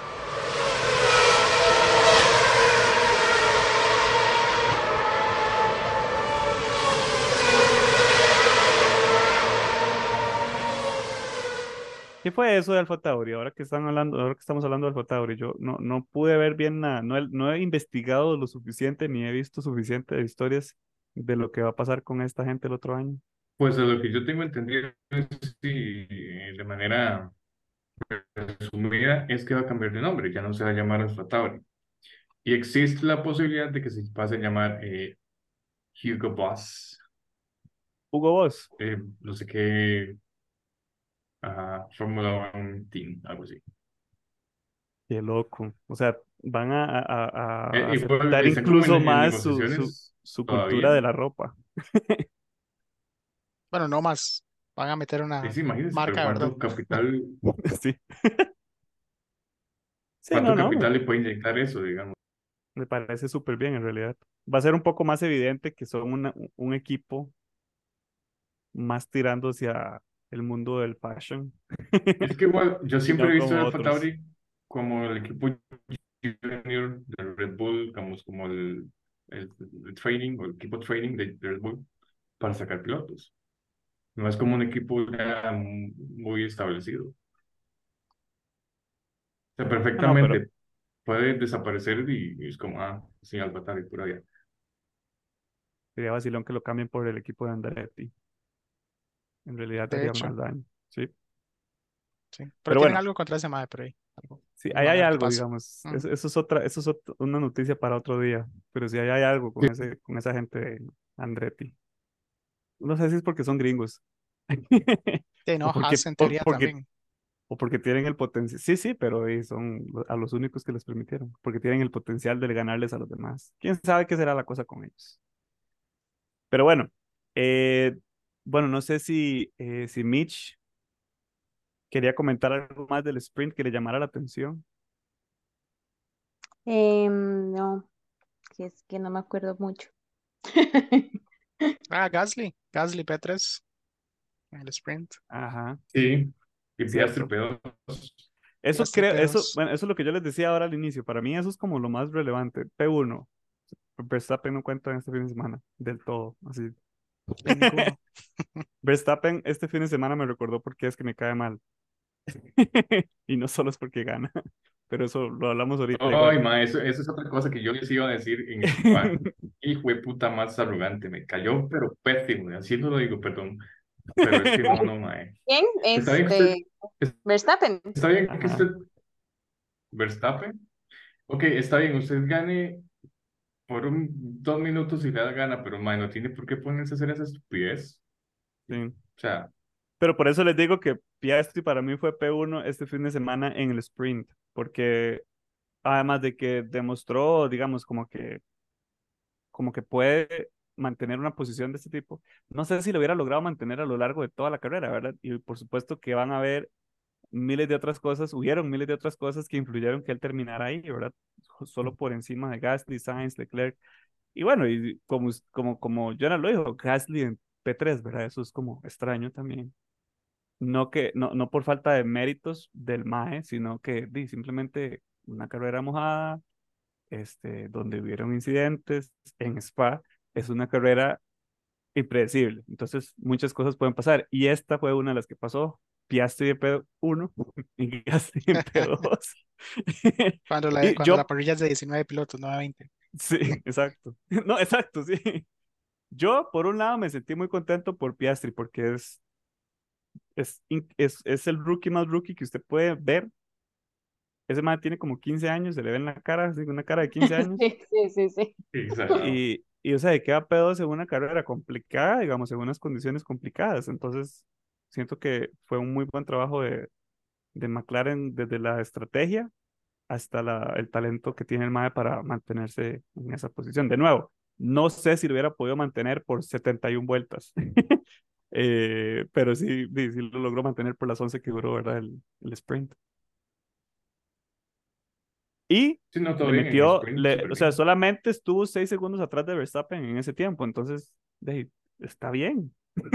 ¿Qué fue eso de Alfa Tauri? Ahora que están hablando, ahora que estamos hablando de Alfa Tauri, yo no, no pude ver bien nada, no he, no he investigado lo suficiente ni he visto suficiente de historias de lo que va a pasar con esta gente el otro año. Pues de lo que yo tengo entendido, es, sí, de manera resumida, es que va a cambiar de nombre, ya no se va a llamar Alfa Tauri. Y existe la posibilidad de que se pase a llamar eh, Hugo Boss, Hugo Boss, eh, no sé qué, ajá, Fórmula One Team, algo así. qué loco. O sea, van a, a- a- a Eh, igual aceptar están como en, incluso en más su, su, negociaciones su cultura todavía. de la ropa. Bueno, no más. Van a meter Sí, una sí, imagínense, pero marca de verdad. cuánto capital, Sí, sí, cuánto no, no, me, capital le puede inyectar eso, digamos. me parece súper bien en realidad. Va a ser un poco más evidente que son una- un equipo más tirando hacia el mundo del fashion Es que igual, yo y siempre no he visto a como Alfa otros. Tauri como el equipo junior de Red Bull, digamos, como el, el, el training o el equipo training de, de Red Bull para sacar pilotos. No es como un equipo ya muy establecido. sea, No, no, pero perfectamente puede desaparecer y, y es como, ah, sí, Albatari, pura vida. sería vacilón que lo cambien por el equipo de Andretti. En realidad te De haría hecho, más daño, ¿sí? sí. Pero Pero tienen bueno, algo contra ese mae por ahí. Algo. sí, ahí Vamos a hay ver qué algo, pasa. digamos. Ujú. Eso, eso es otra, eso es ot- una noticia para otro día. Pero sí ahí hay algo con ese, con esa gente de Andretti. No sé si es porque son gringos. Sí, O no, porque, Haas en o teoría porque, también. o porque tienen el potencial. Sí, sí, pero eh, son lo- a los únicos que les permitieron. Porque tienen el potencial de ganarles a los demás. ¿Quién sabe qué será la cosa con ellos? Pero bueno, eh, bueno, no sé si, eh, si Mitch quería comentar algo más del sprint que le llamara la atención. Em, no, que es que no me acuerdo mucho. Ah, Gasly. Gasly P tres en el sprint. Ajá, Sí, y Piastri cierto. P dos. Eso Piastri creo, eso, P dos. bueno, eso es lo que yo les decía ahora al inicio. Para mí eso es como lo más relevante. P uno, Verstappen no cuenta en este fin de semana, del todo, así. De ninguno. Verstappen este fin de semana me recordó por qué es que me cae mal. Y no solo es porque gana, pero eso lo hablamos ahorita igual. Ay, ma, eso, eso es otra cosa que yo les iba a decir en Spa. Hijo de puta más arrogante, me cayó, pero pésimo, así no lo digo, perdón. Pero es que no, no, ma. ¿Quién? Está bien que usted, Este, Verstappen. está bien que Ajá, usted, Verstappen, ok, está bien, usted gane por un, dos minutos y le da gana, pero ma, no tiene por qué ponerse a hacer esa estupidez. sí. O sea, Pero por eso les digo que Piastri para mí fue P uno este fin de semana en el sprint, porque además de que demostró, digamos, como que, como que puede mantener una posición de este tipo, no sé si lo hubiera logrado mantener a lo largo de toda la carrera, ¿verdad? Y por supuesto que van a haber miles de otras cosas, hubieron miles de otras cosas que influyeron que él terminara ahí, ¿verdad? Solo por encima de Gasly, Sainz, Leclerc. Y bueno, y como, como, como Jonah lo dijo, Gasly en P tres, ¿verdad? Eso es como extraño también. No que, no, no por falta de méritos del MAE, sino que di, simplemente una carrera mojada, este, donde hubieron incidentes en Spa, es una carrera impredecible. Entonces, muchas cosas pueden pasar. Y esta fue una de las que pasó. Piastri en P uno y Gasly en P dos. Cuando la, Y cuando la yo, parrilla es de diecinueve pilotos, no de veinte. sí, exacto. No, exacto, sí. Yo, por un lado, me sentí muy contento por Piastri, porque es, es, in- es, es el rookie más rookie que usted puede ver. Ese man tiene como quince años, se le ve en la cara, así, una cara de quince años. Sí, sí, sí, sí. exagerado. Y, y o sea, de queda pedos en una carrera complicada, digamos, en unas condiciones complicadas. Entonces, siento que fue un muy buen trabajo de, de McLaren desde la estrategia hasta la, el talento que tiene el MAE para mantenerse en esa posición. De nuevo, no sé si lo hubiera podido mantener por setenta y una vueltas, eh, pero sí, sí, sí lo logró mantener por las once que duró, ¿verdad? El, el sprint. Y Sí, no, todo le bien en metió, sprint, le, súper o sea, bien. solamente estuvo seis segundos atrás de Verstappen en ese tiempo, entonces, de ahí, está bien.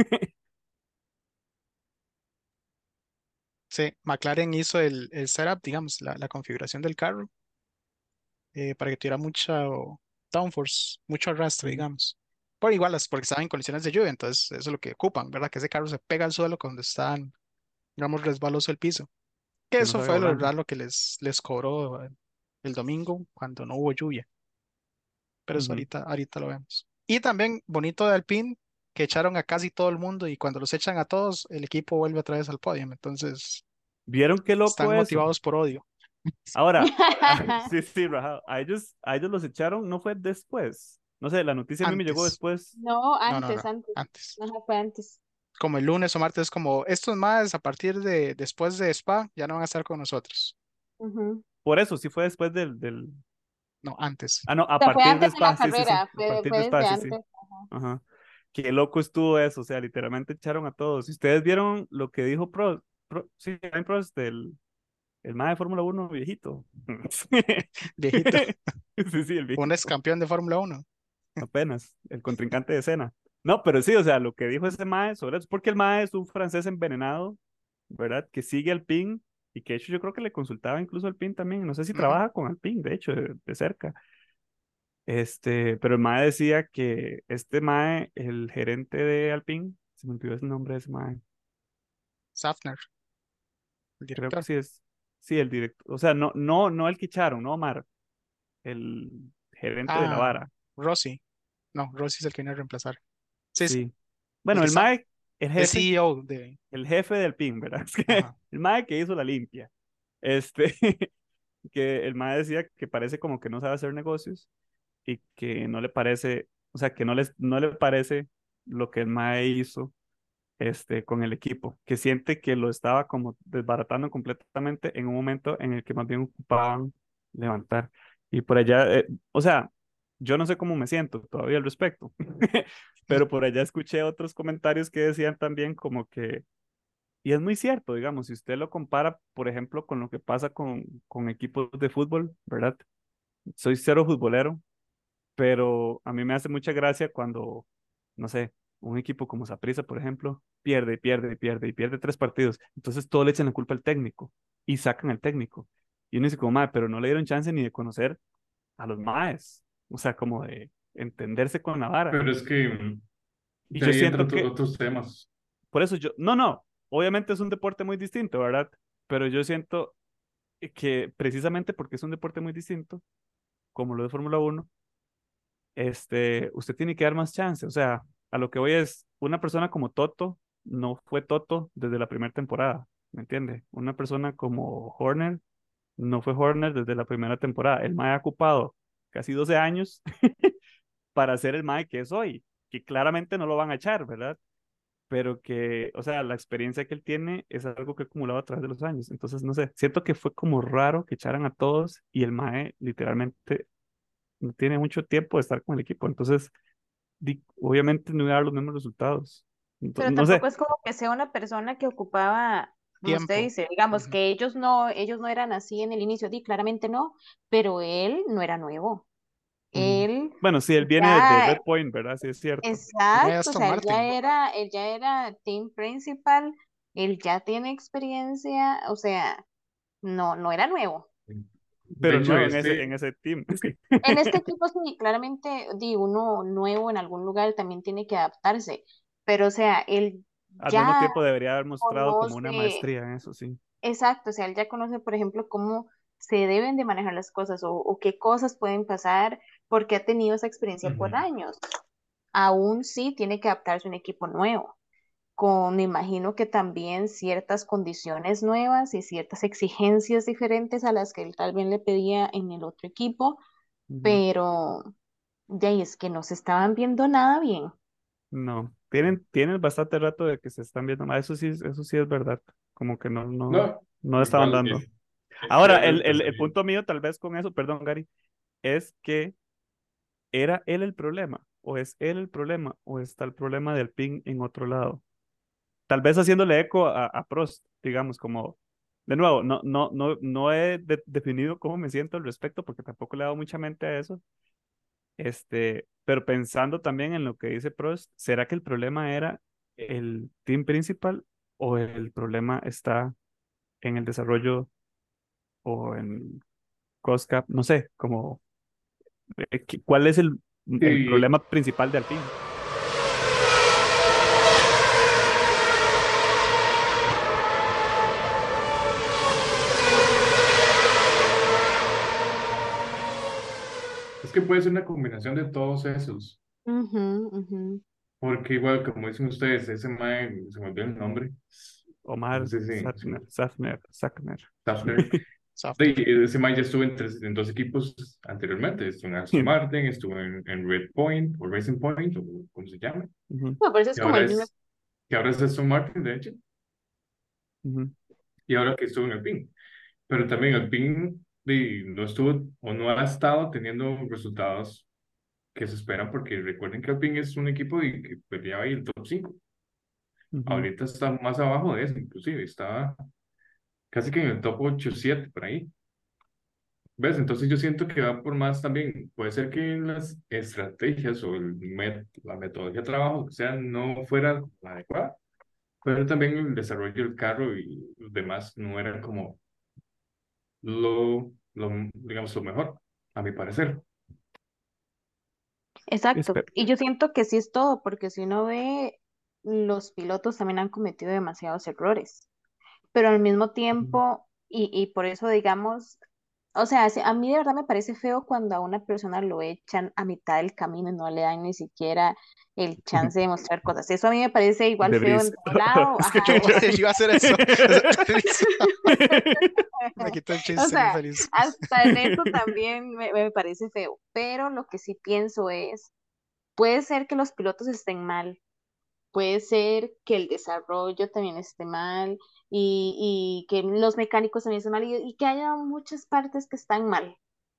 Sí, McLaren hizo el, el setup, digamos, la, la configuración del carro eh, para que tuviera mucha downforce, mucho arrastre, Sí, digamos. Por igual, es porque estaban en condiciones de lluvia, entonces eso es lo que ocupan, ¿verdad? Que ese carro se pega al suelo cuando está, digamos, resbaloso el piso. Que que no eso salga fue lo volando. verdad lo que les, les cobró eh, el domingo cuando no hubo lluvia. Pero eso Ujú. ahorita, ahorita lo vemos. Y también bonito de Alpine que echaron a casi todo el mundo y cuando los echan a todos, el equipo vuelve otra vez al podio. Entonces, ¿Vieron qué loco están eso? motivados por odio. Ahora, sí, sí, rajado. A ellos, a ellos los echaron, no fue después. No sé, la noticia a mí me llegó Antes. después. No, No, no, antes, no. antes. Antes. Ajá, fue antes. Como el lunes o martes, como estos más a partir de después de Spa ya no van a estar con nosotros. Ujú. Por eso, sí fue después del, del... No, antes. Ah, no, O a sea, fue partir de antes de la Spa, sí, sí, sí. carrera, A fue, partir fue de Spa, desde sí, sí. antes. Ajá. Ajá. Qué loco estuvo eso, o sea, literalmente echaron a todos. Si ustedes vieron lo que dijo Pro, Pro sí, Alain Prost, del el mae de Fórmula uno viejito. Viejito. Sí, sí, el Un ex viejito. campeón de Fórmula Uno. Apenas, el contrincante de Senna. No, pero sí, o sea, lo que dijo ese mae sobre eso, porque el mae es un francés envenenado, ¿verdad? Que sigue al PIN y que de hecho yo creo que le consultaba incluso al PIN también. No sé si Ujú. trabaja con Alpine, de hecho, de, de cerca. Este, pero el mae decía que este mae, el gerente de Alpine, se me olvidó el nombre de ese mae, Safner, el creo que director. sí es. sí, el director, o sea, no, no, no el que echaron, no Omar, el gerente de la Ah, vara, Rossi. No, Rossi es el que viene a reemplazar. Sí, sí, sí. el Bueno, que el está Mae, el de jefe, C E O de... el jefe del P I N, ¿verdad? Es que Ajá. el Mae que hizo la limpia, este, que el Mae decía que parece como que no sabe hacer negocios y que no le parece, o sea, que no les, no le parece lo que el Mae hizo este, con el equipo, que siente que lo estaba como desbaratando completamente en un momento en el que más bien ocupaban levantar. Y por allá, eh, o sea, yo no sé cómo me siento todavía al respecto, pero por allá escuché otros comentarios que decían también como que, y es muy cierto, digamos, si usted lo compara, por ejemplo, con lo que pasa con, con equipos de fútbol, ¿verdad? Soy cero futbolero, pero a mí me hace mucha gracia cuando, no sé, un equipo como Saprissa, por ejemplo, pierde y pierde y pierde y pierde tres partidos. Entonces todo le echan la culpa al técnico y sacan al técnico. Y uno dice como, mae, pero no le dieron chance ni de conocer a los maes, o sea, como de entenderse con la vara. Pero es que mm, Y de yo ahí entran siento otro- que, otros temas. por eso yo, no, no, obviamente es un deporte muy distinto, ¿verdad? Pero yo siento que precisamente porque es un deporte muy distinto, como lo de Fórmula Uno este, usted tiene que dar más chance. O sea, a lo que voy es, una persona como Toto no fue Toto desde la primera temporada, ¿me entiende? Una persona como Horner no fue Horner desde la primera temporada. El Mae ha ocupado casi doce años para ser el Mae que es hoy, que claramente no lo van a echar, ¿verdad? Pero que, o sea, la experiencia que él tiene es algo que ha acumulado a través de los años. Entonces, no sé, siento que fue como raro que echaran a todos y el Mae literalmente no tiene mucho tiempo de estar con el equipo. Entonces, di- obviamente no iba a dar los mismos resultados. Ento- Pero No sé. tampoco es como que sea una persona que ocupaba, como usted Tiempo. dice, digamos Ujú. que ellos no, ellos no eran así en el inicio, di, claramente no, pero él no era nuevo. Ujú. Él Bueno, sí, él viene de, de ya, Red Point, ¿verdad? Sí, es cierto. Viene de exacto, o Aston sea, él ya Martin. era, él ya era team principal, él ya tiene experiencia, o sea, no, no era nuevo. De Pero hecho, nuevo en ese, en este, ese team. En este equipo sí, claramente, di, uno nuevo en algún lugar también tiene que adaptarse, pero o sea, él Al mismo ya tiempo debería haber mostrado como una conoce, maestría en eso, sí. exacto, o sea, él ya conoce, por ejemplo, cómo se deben de manejar las cosas o, o qué cosas pueden pasar porque ha tenido esa experiencia por ujú. años. Aún sí tiene que adaptarse a un equipo nuevo, con, me imagino que también ciertas condiciones nuevas y ciertas exigencias diferentes a las que él tal vez le pedía en el otro equipo, Ujú. pero de ahí es que no se estaban viendo nada bien. No, tienen, tienen bastante rato de que se están viendo mal. Eso sí, es- eso sí es verdad. Como que no, no, No, no le estaban igual dando. es, es Ahora, crearle el, el, el expectativas. punto mío tal vez con eso, perdón, Gary, es que ¿era él el problema? ¿O es él el problema? ¿O está el problema del ping en otro lado? Tal vez haciéndole eco a, a Prost, digamos, como, de nuevo, no, no, no, no he de- definido cómo me siento al respecto, porque tampoco le he dado mucha mente a eso, este, pero pensando también en lo que dice Prost, ¿será que el problema era el team principal o el problema está en el desarrollo o en cost cap? No sé, como, eh, ¿qué- ¿cuál es el, el Sí, problema principal de Alpine? es que puede ser una combinación de todos esos. Ujú, ujú. Porque igual, como dicen ustedes, ese man, se me olvidó el nombre. No Omar sé si, si- Safner, Safner, Safner. Schaffner. Sí, Safner. ese man ya estuvo en, tres, en dos equipos anteriormente. Estuvo en Aston Martin, estuvo en, en Red Point o Racing Point, o como se llama. Ujú, Bueno, pero eso es Y como ahora el mismo. es, que ahora es Aston Martin, de hecho. ujú, Y ahora que estuvo en Alpine. Pero también Alpine di, no estuvo o no ha estado teniendo resultados que se esperan, porque recuerden que Alpine es un equipo y que peleaba ahí el top cinco. ujú. Ahorita está más abajo de eso, inclusive está casi que en el top ocho siete por ahí. ¿Ves? Entonces yo siento que va por más también. Puede ser que las estrategias o el met- la metodología de trabajo, o sea, no fuera la adecuada, pero también el desarrollo del carro y los demás no era como lo, lo, digamos, lo mejor, a mi parecer. Exacto. Espe- Y yo siento que sí es todo, porque si uno ve, los pilotos también han cometido demasiados errores, pero al mismo ujú, tiempo y, y por eso, digamos, o sea, sí, a mí de verdad me parece feo cuando a una persona lo echan a mitad del camino y no le dan ni siquiera el chance de mostrar cosas. Eso a mí me parece igual De feo Brice. en todo lado, Es que ajá, Yo, o sea, yo iba a hacer eso. O sea, me quitó el o chiste muy sea, feliz. hasta en eso también me, me parece feo, pero lo que sí pienso es, puede ser que los pilotos estén mal, puede ser que el desarrollo también esté mal y, y que los mecánicos también estén mal y, y que haya muchas partes que están mal,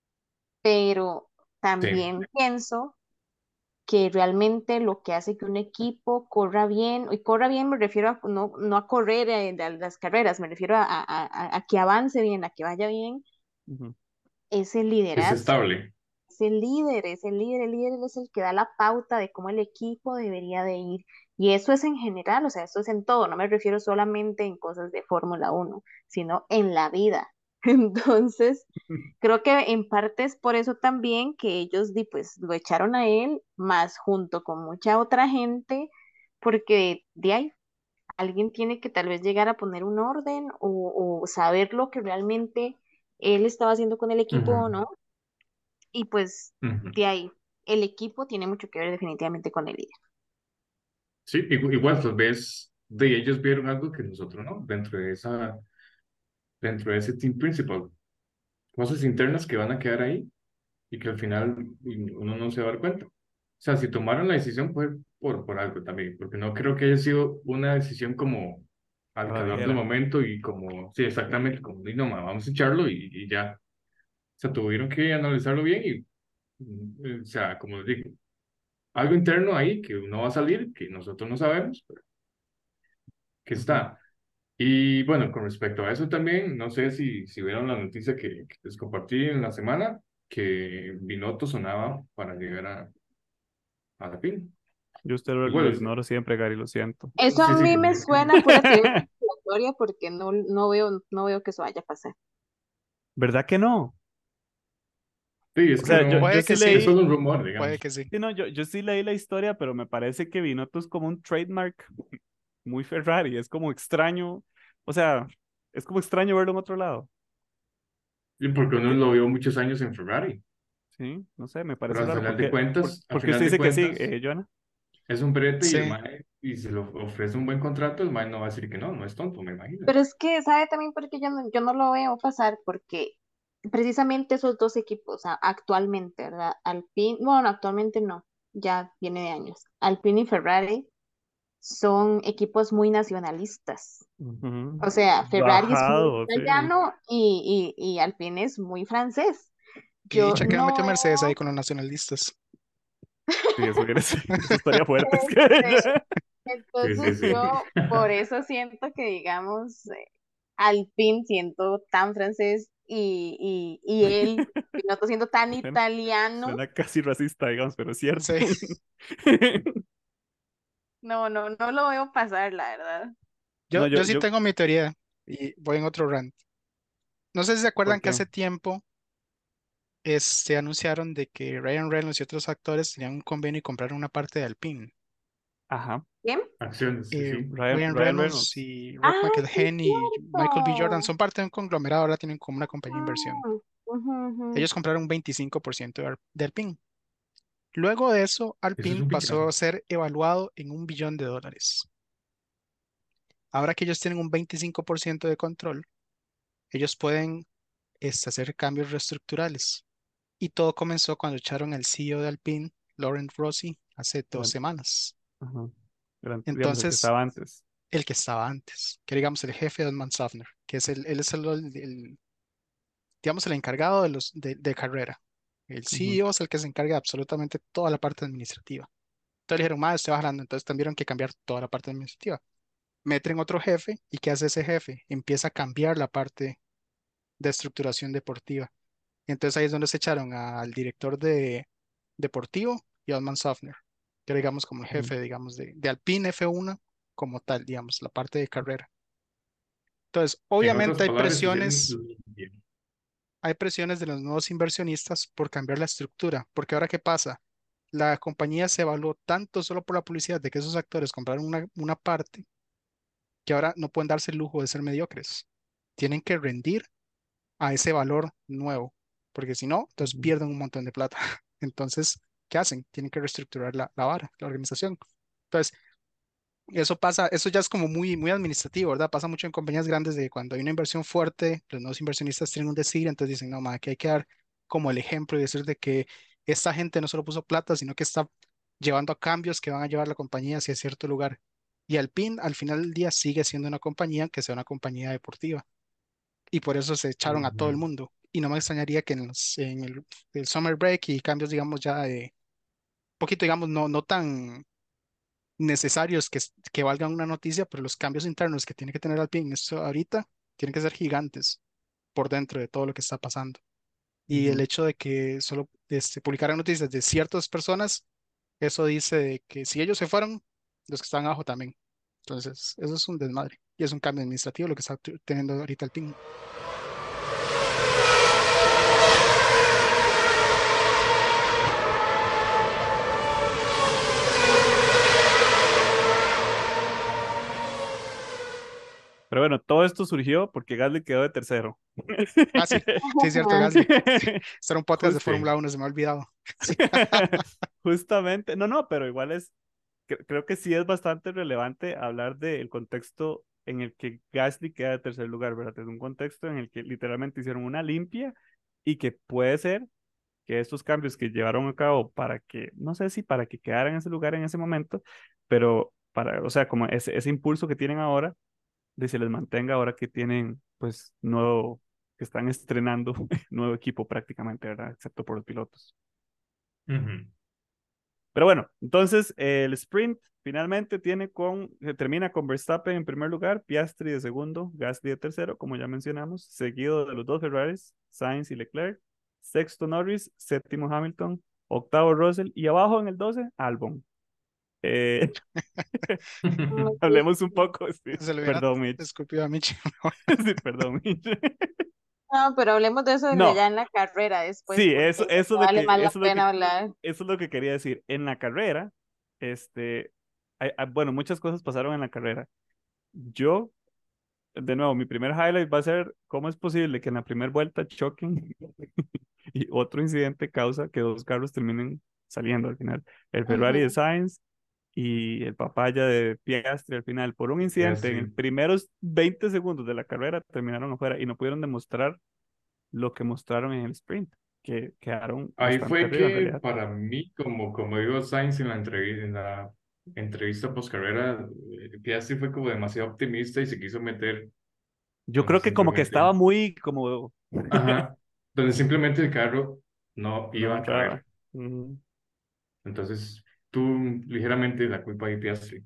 pero Sí. también pienso que realmente lo que hace que un equipo corra bien, y corra bien me refiero a no, no a correr eh, a las carreras, me refiero a, a, a, a que avance bien, a que vaya bien, Ujú, es el Es liderazgo. estable. Es el líder, es el líder, el líder es el que da la pauta de cómo el equipo debería de ir. Y eso es en general, o sea, eso es en todo, no me refiero solamente en cosas de Fórmula uno, sino en la vida. Entonces, creo que en parte es por eso también que ellos di, pues, lo echaron a él, más junto con mucha otra gente, porque de ahí alguien tiene que tal vez llegar a poner un orden o, o saber lo que realmente él estaba haciendo con el equipo o Ujú, no. Y pues ujú. de ahí, el equipo tiene mucho que ver definitivamente con el líder. Sí, igu- igual tal vez de ellos vieron algo que nosotros no, dentro de esa, dentro de ese team principal, cosas internas que van a quedar ahí y que al final uno no se va a dar cuenta. O sea, si tomaron la decisión fue por, por algo también, porque no creo que haya sido una decisión como a al la calor del ligera. momento y como, sí, exactamente, como, "Di, no, ma, vamos a echarlo y, y ya". O sea, tuvieron que analizarlo bien y, mm, eh, o sea, como les digo, algo interno ahí que no va a salir, que nosotros no sabemos, pero que Ujú. está. Y bueno, con respecto a eso también, no sé si, si vieron la noticia que, que les compartí en la semana, que Binotto sonaba para llegar a, a la PIN. Yo usted lo, lo Igual, ignoro siempre, Gary, lo siento. Eso a sí, sí, mí me como- suena a pura teoría conspiratoria porque no, no veo, no veo que eso vaya a pasar. ¿Verdad que no? sí, es O que sea, yo, no, yo Puede sí que es sí, leí, solo un rumor, puede digamos. que sí. sí, no, yo, yo sí leí la historia, pero me parece que Binotto es como un trademark muy Ferrari, es como extraño, o sea, es como extraño verlo en otro lado. Y porque uno Porque, lo vio muchos años en Ferrari, sí, no sé, me pero parece al raro. final de Porque, por, cuentas, al porque usted final de dice que sí, cuentas, eh, Joana. es un brete y el Sí, MAE, y se lo ofrece un buen contrato, el MAE no va a decir que no, no es tonto, me imagino. Pero es que, ¿sabe también por qué yo no, yo no lo veo pasar? Porque precisamente esos dos equipos, a- actualmente, ¿verdad? Alpine, bueno, actualmente no, ya viene de años. Alpine y Ferrari son equipos muy nacionalistas. Ujú. O sea, Ferrari es muy Bajado, sí. italiano y, y, y Alpine es muy francés. y Yo dicha que no no metió Mercedes ahí veo, con los nacionalistas. Sí, eso quiere decir, eso estaría fuerte. Es que este, ya- Sí, sí, entonces sí. yo por eso siento que, digamos, eh, Alpine siendo tan francés y, y, y él, Binotto siendo tan Suena, italiano, suena casi racista, digamos, pero es cierto. Sí. no, no, no lo veo pasar, la verdad. Yo, No, yo, yo sí yo, tengo mi teoría y voy en otro rant. No sé si se ¿por acuerdan que qué? hace tiempo este, anunciaron de que Ryan Reynolds y otros actores tenían un convenio y compraron una parte de Alpine. Ajá, ¿Quién? Acciones, sí, Eh, sí. Ryan, Ryan Ryan Reynolds Reynolds. y Rock Ah, sí, es McElhenney y Michael B. Jordan cierto. son parte de un conglomerado, ahora tienen como una compañía de inversión. Ujú, ujú, ujú. Ellos compraron un veinticinco por ciento de, Ar- de Alpine. Luego de eso, Eso es Alpine un pasó pichazo. a ser evaluado en un billón de dólares. Ahora que ellos tienen un veinticinco por ciento de control, ellos pueden este, hacer cambios reestructurales. Y todo comenzó cuando echaron al C E O de Alpine, Laurent Rossi, hace dos Eran- semanas. ajá, eran, digamos, el que Entonces, estaba antes. el que estaba antes, que digamos el jefe de Otman Safner, que es el, él es el, el- digamos, el encargado de los de, de carrera. El Ujú, C E O es el que se encarga de absolutamente toda la parte administrativa. Entonces le dijeron, más estoy bajando, entonces tuvieron que cambiar toda la parte administrativa. Meten otro jefe, ¿y qué hace ese jefe? Empieza a cambiar la parte de estructuración deportiva. Entonces ahí es donde se echaron al director de deportivo y a Otman Safner, que era, digamos, como el ujú. jefe, digamos, de, de Alpine F uno como tal, digamos, la parte de carrera. Entonces, En otras obviamente hay palabras, hicieron presiones, bien. hay presiones de los nuevos inversionistas por cambiar la estructura, porque ahora ¿qué pasa? La compañía se evaluó tanto solo por la publicidad de que esos actores compraron una, una parte que ahora no pueden darse el lujo de ser mediocres. tienen que rendir a ese valor nuevo, porque si no, entonces Ujú, pierden un montón de plata. Entonces, ¿qué hacen? Tienen que reestructurar la, la vara, la organización. Entonces, eso pasa, eso ya es como muy, muy administrativo, ¿verdad? Pasa mucho en compañías grandes de cuando hay una inversión fuerte, los nuevos inversionistas tienen un decir, entonces dicen, no, ma, aquí hay que dar como el ejemplo y decir de que esta gente no solo puso plata, sino que está llevando a cambios que van a llevar la compañía hacia cierto lugar. Y Alpine, al final del día, sigue siendo una compañía que sea una compañía deportiva. Y por eso se echaron a todo el Ujú, mundo. Y no me extrañaría que en, los- en el, el summer break y cambios, digamos, ya de poquito, digamos, no, no tan necesarios que, s- que valgan una noticia, pero los cambios internos que tiene que tener Alpine esto ahorita tienen que ser gigantes por dentro de todo lo que está pasando. Y el ujú. hecho de que solo este, publicaran noticias de ciertas personas, eso dice de que si ellos se fueron, los que están abajo también. Entonces, eso es un desmadre. Y es un cambio administrativo lo que está tu- teniendo ahorita Alpine. Pero bueno, todo esto surgió porque Gasly quedó de tercero. Ah, sí, sí, es cierto, Gasly. Sí, este era un podcast de Jus- Fórmula sí. Uno se me ha olvidado. Sí, Justamente, no, no, pero igual es, cre- creo que sí es bastante relevante hablar del contexto en el que Gasly queda de tercer lugar, ¿verdad? Es un contexto en el que literalmente hicieron una limpia y que puede ser que estos cambios que llevaron a cabo para que, no sé si para que quedara en ese lugar en ese momento, pero para, o sea, como ese, ese impulso que tienen ahora, de se les mantenga ahora que tienen, pues, nuevo, que están estrenando nuevo equipo prácticamente, ¿verdad? Excepto por los pilotos. Ujú. Pero bueno, entonces eh, el sprint finalmente tiene con, se termina con Verstappen en primer lugar, Piastri de segundo, Gasly de tercero, como ya mencionamos, seguido de los dos Ferraris, Sainz y Leclerc, sexto Norris, séptimo Hamilton, octavo Russell y abajo en el doce, Albon. Eh, hablemos un poco, sí, se le hubiera perdón, Mitch. escupido a Michi. Sí, perdón, Mitch. No, pero hablemos de eso de No, ya en la carrera después, sí, porque eso, eso es me lo vale que, más la eso es lo que, pena hablar. eso es lo que quería decir. En la carrera, este, hay- hay- bueno, muchas cosas pasaron en la carrera. Yo, de nuevo, mi primer highlight va a ser cómo es posible que en la primera vuelta choquen y otro incidente causa que dos carros terminen saliendo al final. El Ferrari de Ujú. Sainz y el papaya de Piastri al final. Por un Ya incidente en sí. los primeros veinte segundos de la carrera terminaron afuera y no pudieron demostrar lo que mostraron en el sprint, que quedaron Ahí bastante fue arriba en que realidad. para mí, como, como digo Sainz en la entrevista, en la entrevista post carrera, Piastri fue como demasiado optimista y se quiso meter Yo donde creo que como que simplemente, estaba muy como ajá, donde simplemente el carro no no iba a entraba. caber. Ujú, Entonces, tú ligeramente la culpa de Piastri.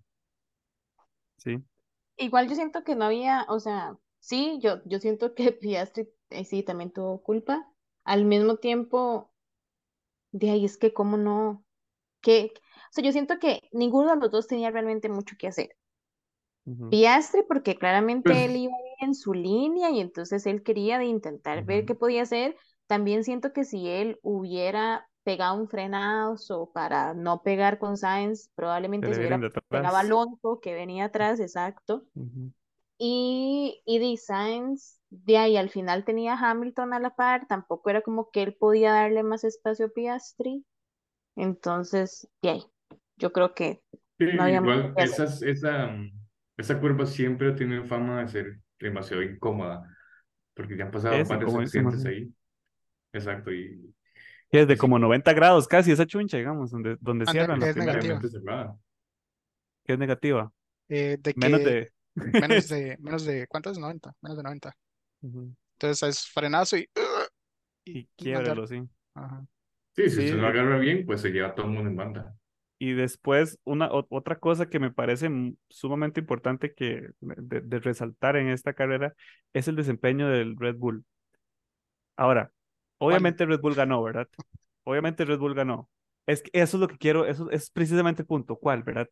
sí. Igual yo siento que no había, o sea, sí, yo, yo siento que Piastri eh, sí también tuvo culpa. Al mismo tiempo, de ahí es que cómo no, que, o sea, yo siento que ninguno de los dos tenía realmente mucho que hacer. Ujú, Piastri, porque claramente él Pues, iba en su línea y entonces él quería de intentar ver ujú. qué podía hacer. También siento que si él hubiera pegado un frenazo para no pegar con Sainz, que probablemente le se vienen hubiera pegado a detrás. Alonso, que venía atrás, exacto. Ujú. Y, y de Sainz, de ahí al final tenía a Hamilton a la par, tampoco era como que él podía darle más espacio a Piastri. Entonces, de ahí, yo creo que Sí, no había mucho igual, que hacer. esas, esa, mm, esa curva siempre tiene fama de ser demasiado incómoda, porque ya han pasado Es varios incomodísimo, accidentes sí. ahí. Exacto, y, Que es y de sí, como noventa grados casi esa chuncha, digamos, donde, donde Anda, cierran la es primera, negativa. completamente cerrada. que es negativa. Eh, de Menos que de... menos de, menos de, ¿cuántos? Noventa menos de noventa. Ujú. Entonces es frenazo y, y Y mandar. quiebrelo, sí. Sí, si usted lo Sí, agarra bien, pues se lleva a todo el mundo en banda. y después, una, o- otra cosa que me parece m- sumamente importante que, de, de resaltar en esta carrera es el desempeño del Red Bull. Ahora, ¿Cuál? obviamente Red Bull ganó, ¿verdad? Obviamente Red Bull ganó. Es que eso es lo que quiero, eso es precisamente el punto. ¿Cuál, verdad?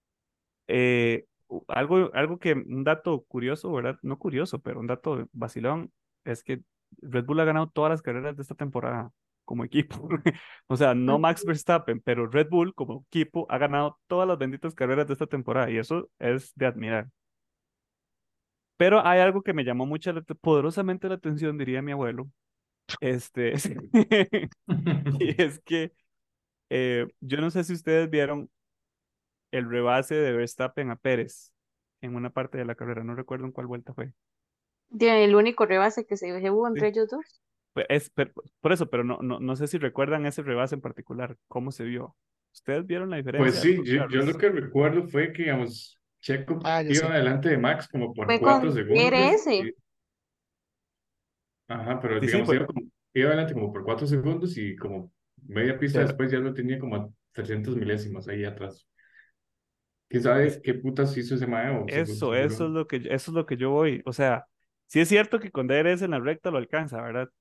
Eh, u- algo, algo que, un dato curioso, ¿verdad? No curioso, pero un dato vacilón, es que Red Bull ha ganado todas las carreras de esta temporada como equipo. O sea, no Max Ujú. Verstappen, pero Red Bull como equipo ha ganado todas las benditas carreras de esta temporada y eso es de admirar. Pero hay algo que me llamó mucho, la- poderosamente la atención, diría mi abuelo. Este, y es que eh, yo no sé si ustedes vieron el rebase de Verstappen a Pérez en una parte de la carrera, no recuerdo en cuál vuelta fue. Tiene el único rebase que se hubo entre Sí. ellos dos. Pues es, per- por eso, pero no, no, no sé si recuerdan ese rebase en particular, cómo se vio. ¿Ustedes vieron la Pues diferencia de los sí, dos yo, yo lo carros? que recuerdo fue que, digamos, Checo Ah, ya iba sé. adelante de Max como por Fue cuatro con segundos. Y, D R S. ajá, pero Sí, sí, digamos, fue, iba, como, iba adelante como por cuatro segundos y como media pista pero después ya lo tenía como a trescientos milésimas ahí atrás. ¿Quién sabe es- qué putas hizo ese mae o seguro, eso, eso es seguro? lo que, yo- eso es lo que yo voy. O sea, sí es cierto que con D R S en la recta lo alcanza, ¿verdad?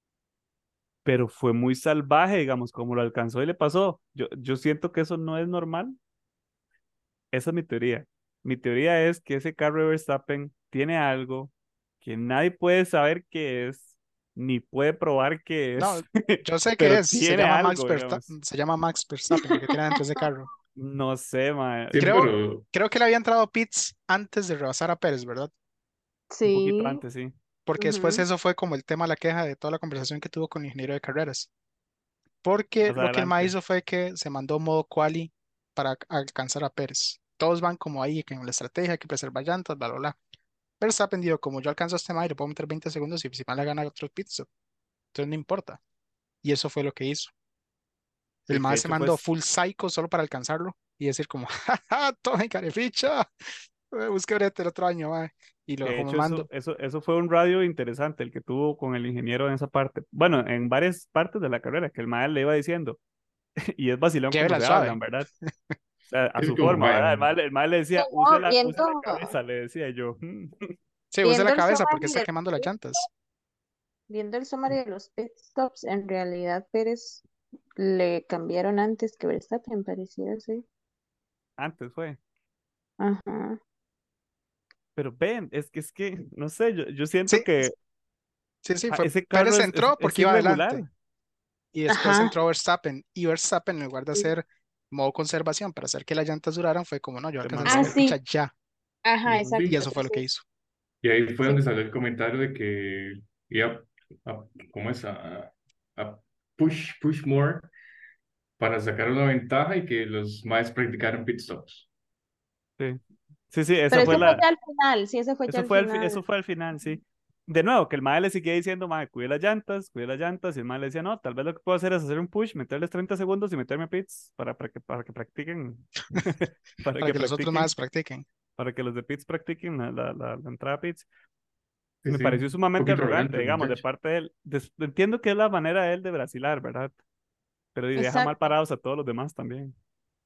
Pero fue muy salvaje, digamos, como lo alcanzó y le pasó. Yo, yo siento que eso no es normal. Esa es mi teoría. Mi teoría es que ese carro de Verstappen tiene algo que nadie puede saber qué es, ni puede probar qué No, es, yo sé que pero es, se tiene llama Max algo, digamos. Verstappen, se llama Max Verstappen, lo que tiene dentro de ese carro. No sé, ma, Sí, Creo, pero creo que le había entrado a Pitts antes de rebasar a Pérez, ¿verdad? un poquito Sí. antes, sí, Porque después Ujú. eso fue como el tema, la queja de toda la conversación que tuvo con el ingeniero de carreras. Porque más lo que el ma adelante. hizo fue que se mandó modo quali para a- alcanzar a Pérez. Todos van como ahí, que en la estrategia, hay que preservar llantas, bla, bla, bla. Pero está pendido, como yo alcanzo a este ma y le puedo meter veinte segundos y si mal le gana otro pit stop, entonces no importa. Y eso fue lo que hizo. El Sí, que ma de se hecho, mandó pues, full psycho solo para alcanzarlo y decir como, jaja, tome careficha, busque brete el otro año, ma. Y lo que de dejó hecho eso, mamando. eso, eso fue un radio interesante el que tuvo con el ingeniero en esa parte. Bueno, en varias partes de la carrera, que el maestro le iba diciendo, y es vacilón como Llévela se suave. hablan, ¿verdad? O sea, a es su como, forma, ¿verdad? El mae, mal, el mal le decía, use No, la, use la viendo, cabeza, le decía yo. "Mm". Sí, use la viendo el cabeza porque summary está de quemando las llantas. viendo el summary de los pit stops, en realidad Pérez le cambiaron antes que Verstappen, parecía sí. Antes fue. Ajá. Pero ven, es que es que, no sé, yo, yo siento Sí, que sí, sí, ah, fue. ese carro Pérez es, es, entró es porque iba irregular. adelante y después Ajá. entró Verstappen y Verstappen en lugar de hacer modo conservación para hacer que las llantas duraran fue como no, yo Se alcanzo a mandó Ah, sacar una. ficha sí. ya Ajá, Ujú. sí. y exacto. eso fue lo que Sí, hizo. Y ahí fue sí. donde salió el comentario de que iba a, ¿cómo es? A, a push, push more para sacar una ventaja y que los más practicaran pit stops. Sí, sí, sí, esa Pero fue eso fue la, ya al final, sí, eso fue ya eso al fue al, fi- final. eso fue al final, sí. De nuevo, que el mae le seguía diciendo, mae, cuide las llantas, cuide las llantas, y el mae le decía, no, tal vez lo que puedo hacer es hacer un push, meterles treinta segundos y meterme a pits para, para que, para que practiquen, para Para que que los otros más practiquen, practiquen. para que los de pits practiquen la, la, la, la entrada a pits. Sí, Me sí, pareció un sumamente poquito arrogante, arrogante el digamos, de muchacho. parte de él. Des- entiendo que es la manera de él de brasilar, ¿verdad? Pero y deja mal Exacto. parados a todos los demás también.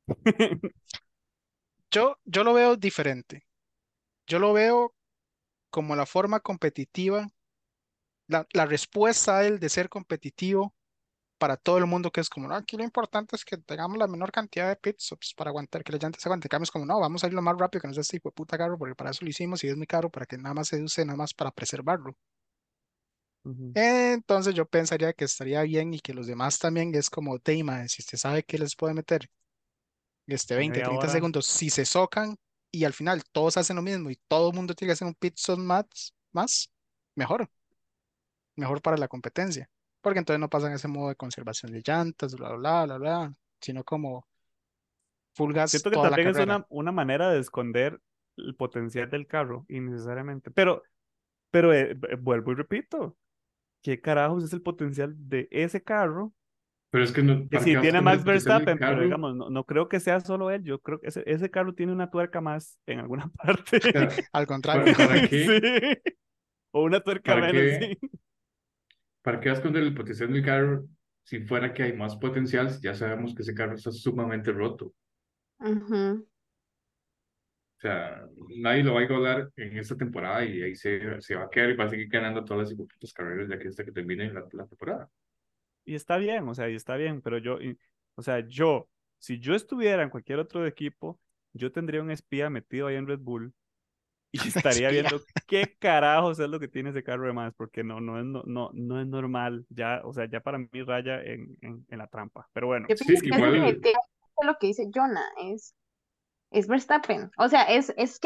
Yo, yo lo veo diferente. Yo lo veo como la forma competitiva, la, la respuesta a él de ser competitivo para todo el mundo, que es como, no, aquí lo importante es que tengamos la menor cantidad de pit stops para aguantar, que las llantas aguanten. En cambio, es como, no, vamos a ir lo más rápido que nos dé este hijo de puta carro, porque para eso lo hicimos y es muy caro, para que nada más se use, nada más para preservarlo. Ujú. Entonces yo pensaría que estaría bien y que los demás también es como tema, si usted sabe que les puede meter este veinte Media treinta hora. segundos, si se socan y al final todos hacen lo mismo y todo el mundo tiene que hacer un pit stop más, más, mejor, mejor para la competencia. Porque entonces no pasan ese modo de conservación de llantas, bla, bla, bla, bla, bla, sino como full gas Siento que toda la también es carrera. una, una manera de esconder el potencial del carro, innecesariamente. Pero, pero eh, eh, vuelvo y repito, ¿qué carajos es el potencial de ese carro? Pero es que no, Que ¿para qué sí, vas tiene a con el Max potencial del Verstappen, pero carro? digamos, no, no creo que sea solo él. Yo creo que ese, ese carro tiene una tuerca más en alguna parte. O sea, Al contrario, ¿para, para qué? Sí, o una tuerca ¿Para menos, qué? sí. ¿Para qué vas con el potencial del carro si fuera que hay más potencial? Si ya sabemos que ese carro está sumamente roto. Ujú. O sea, nadie lo va a igualar en esta temporada y ahí se, se va a quedar y va a seguir ganando todas las hipoputas carreras ya que hasta que termine la, la temporada. Y está bien, o sea, y está bien, pero yo, y- o sea, yo, si yo estuviera en cualquier otro equipo, yo tendría un espía metido ahí en Red Bull y estaría espía. viendo qué carajos es lo que tiene ese carro de más, porque no, no es, no, no, no es normal, ya, o sea, ya para mí raya en, en, en la trampa. Pero bueno, Yo Sí, pienso que es igual, definitivamente lo que dice Jonah, es, es Verstappen. O sea, es, es que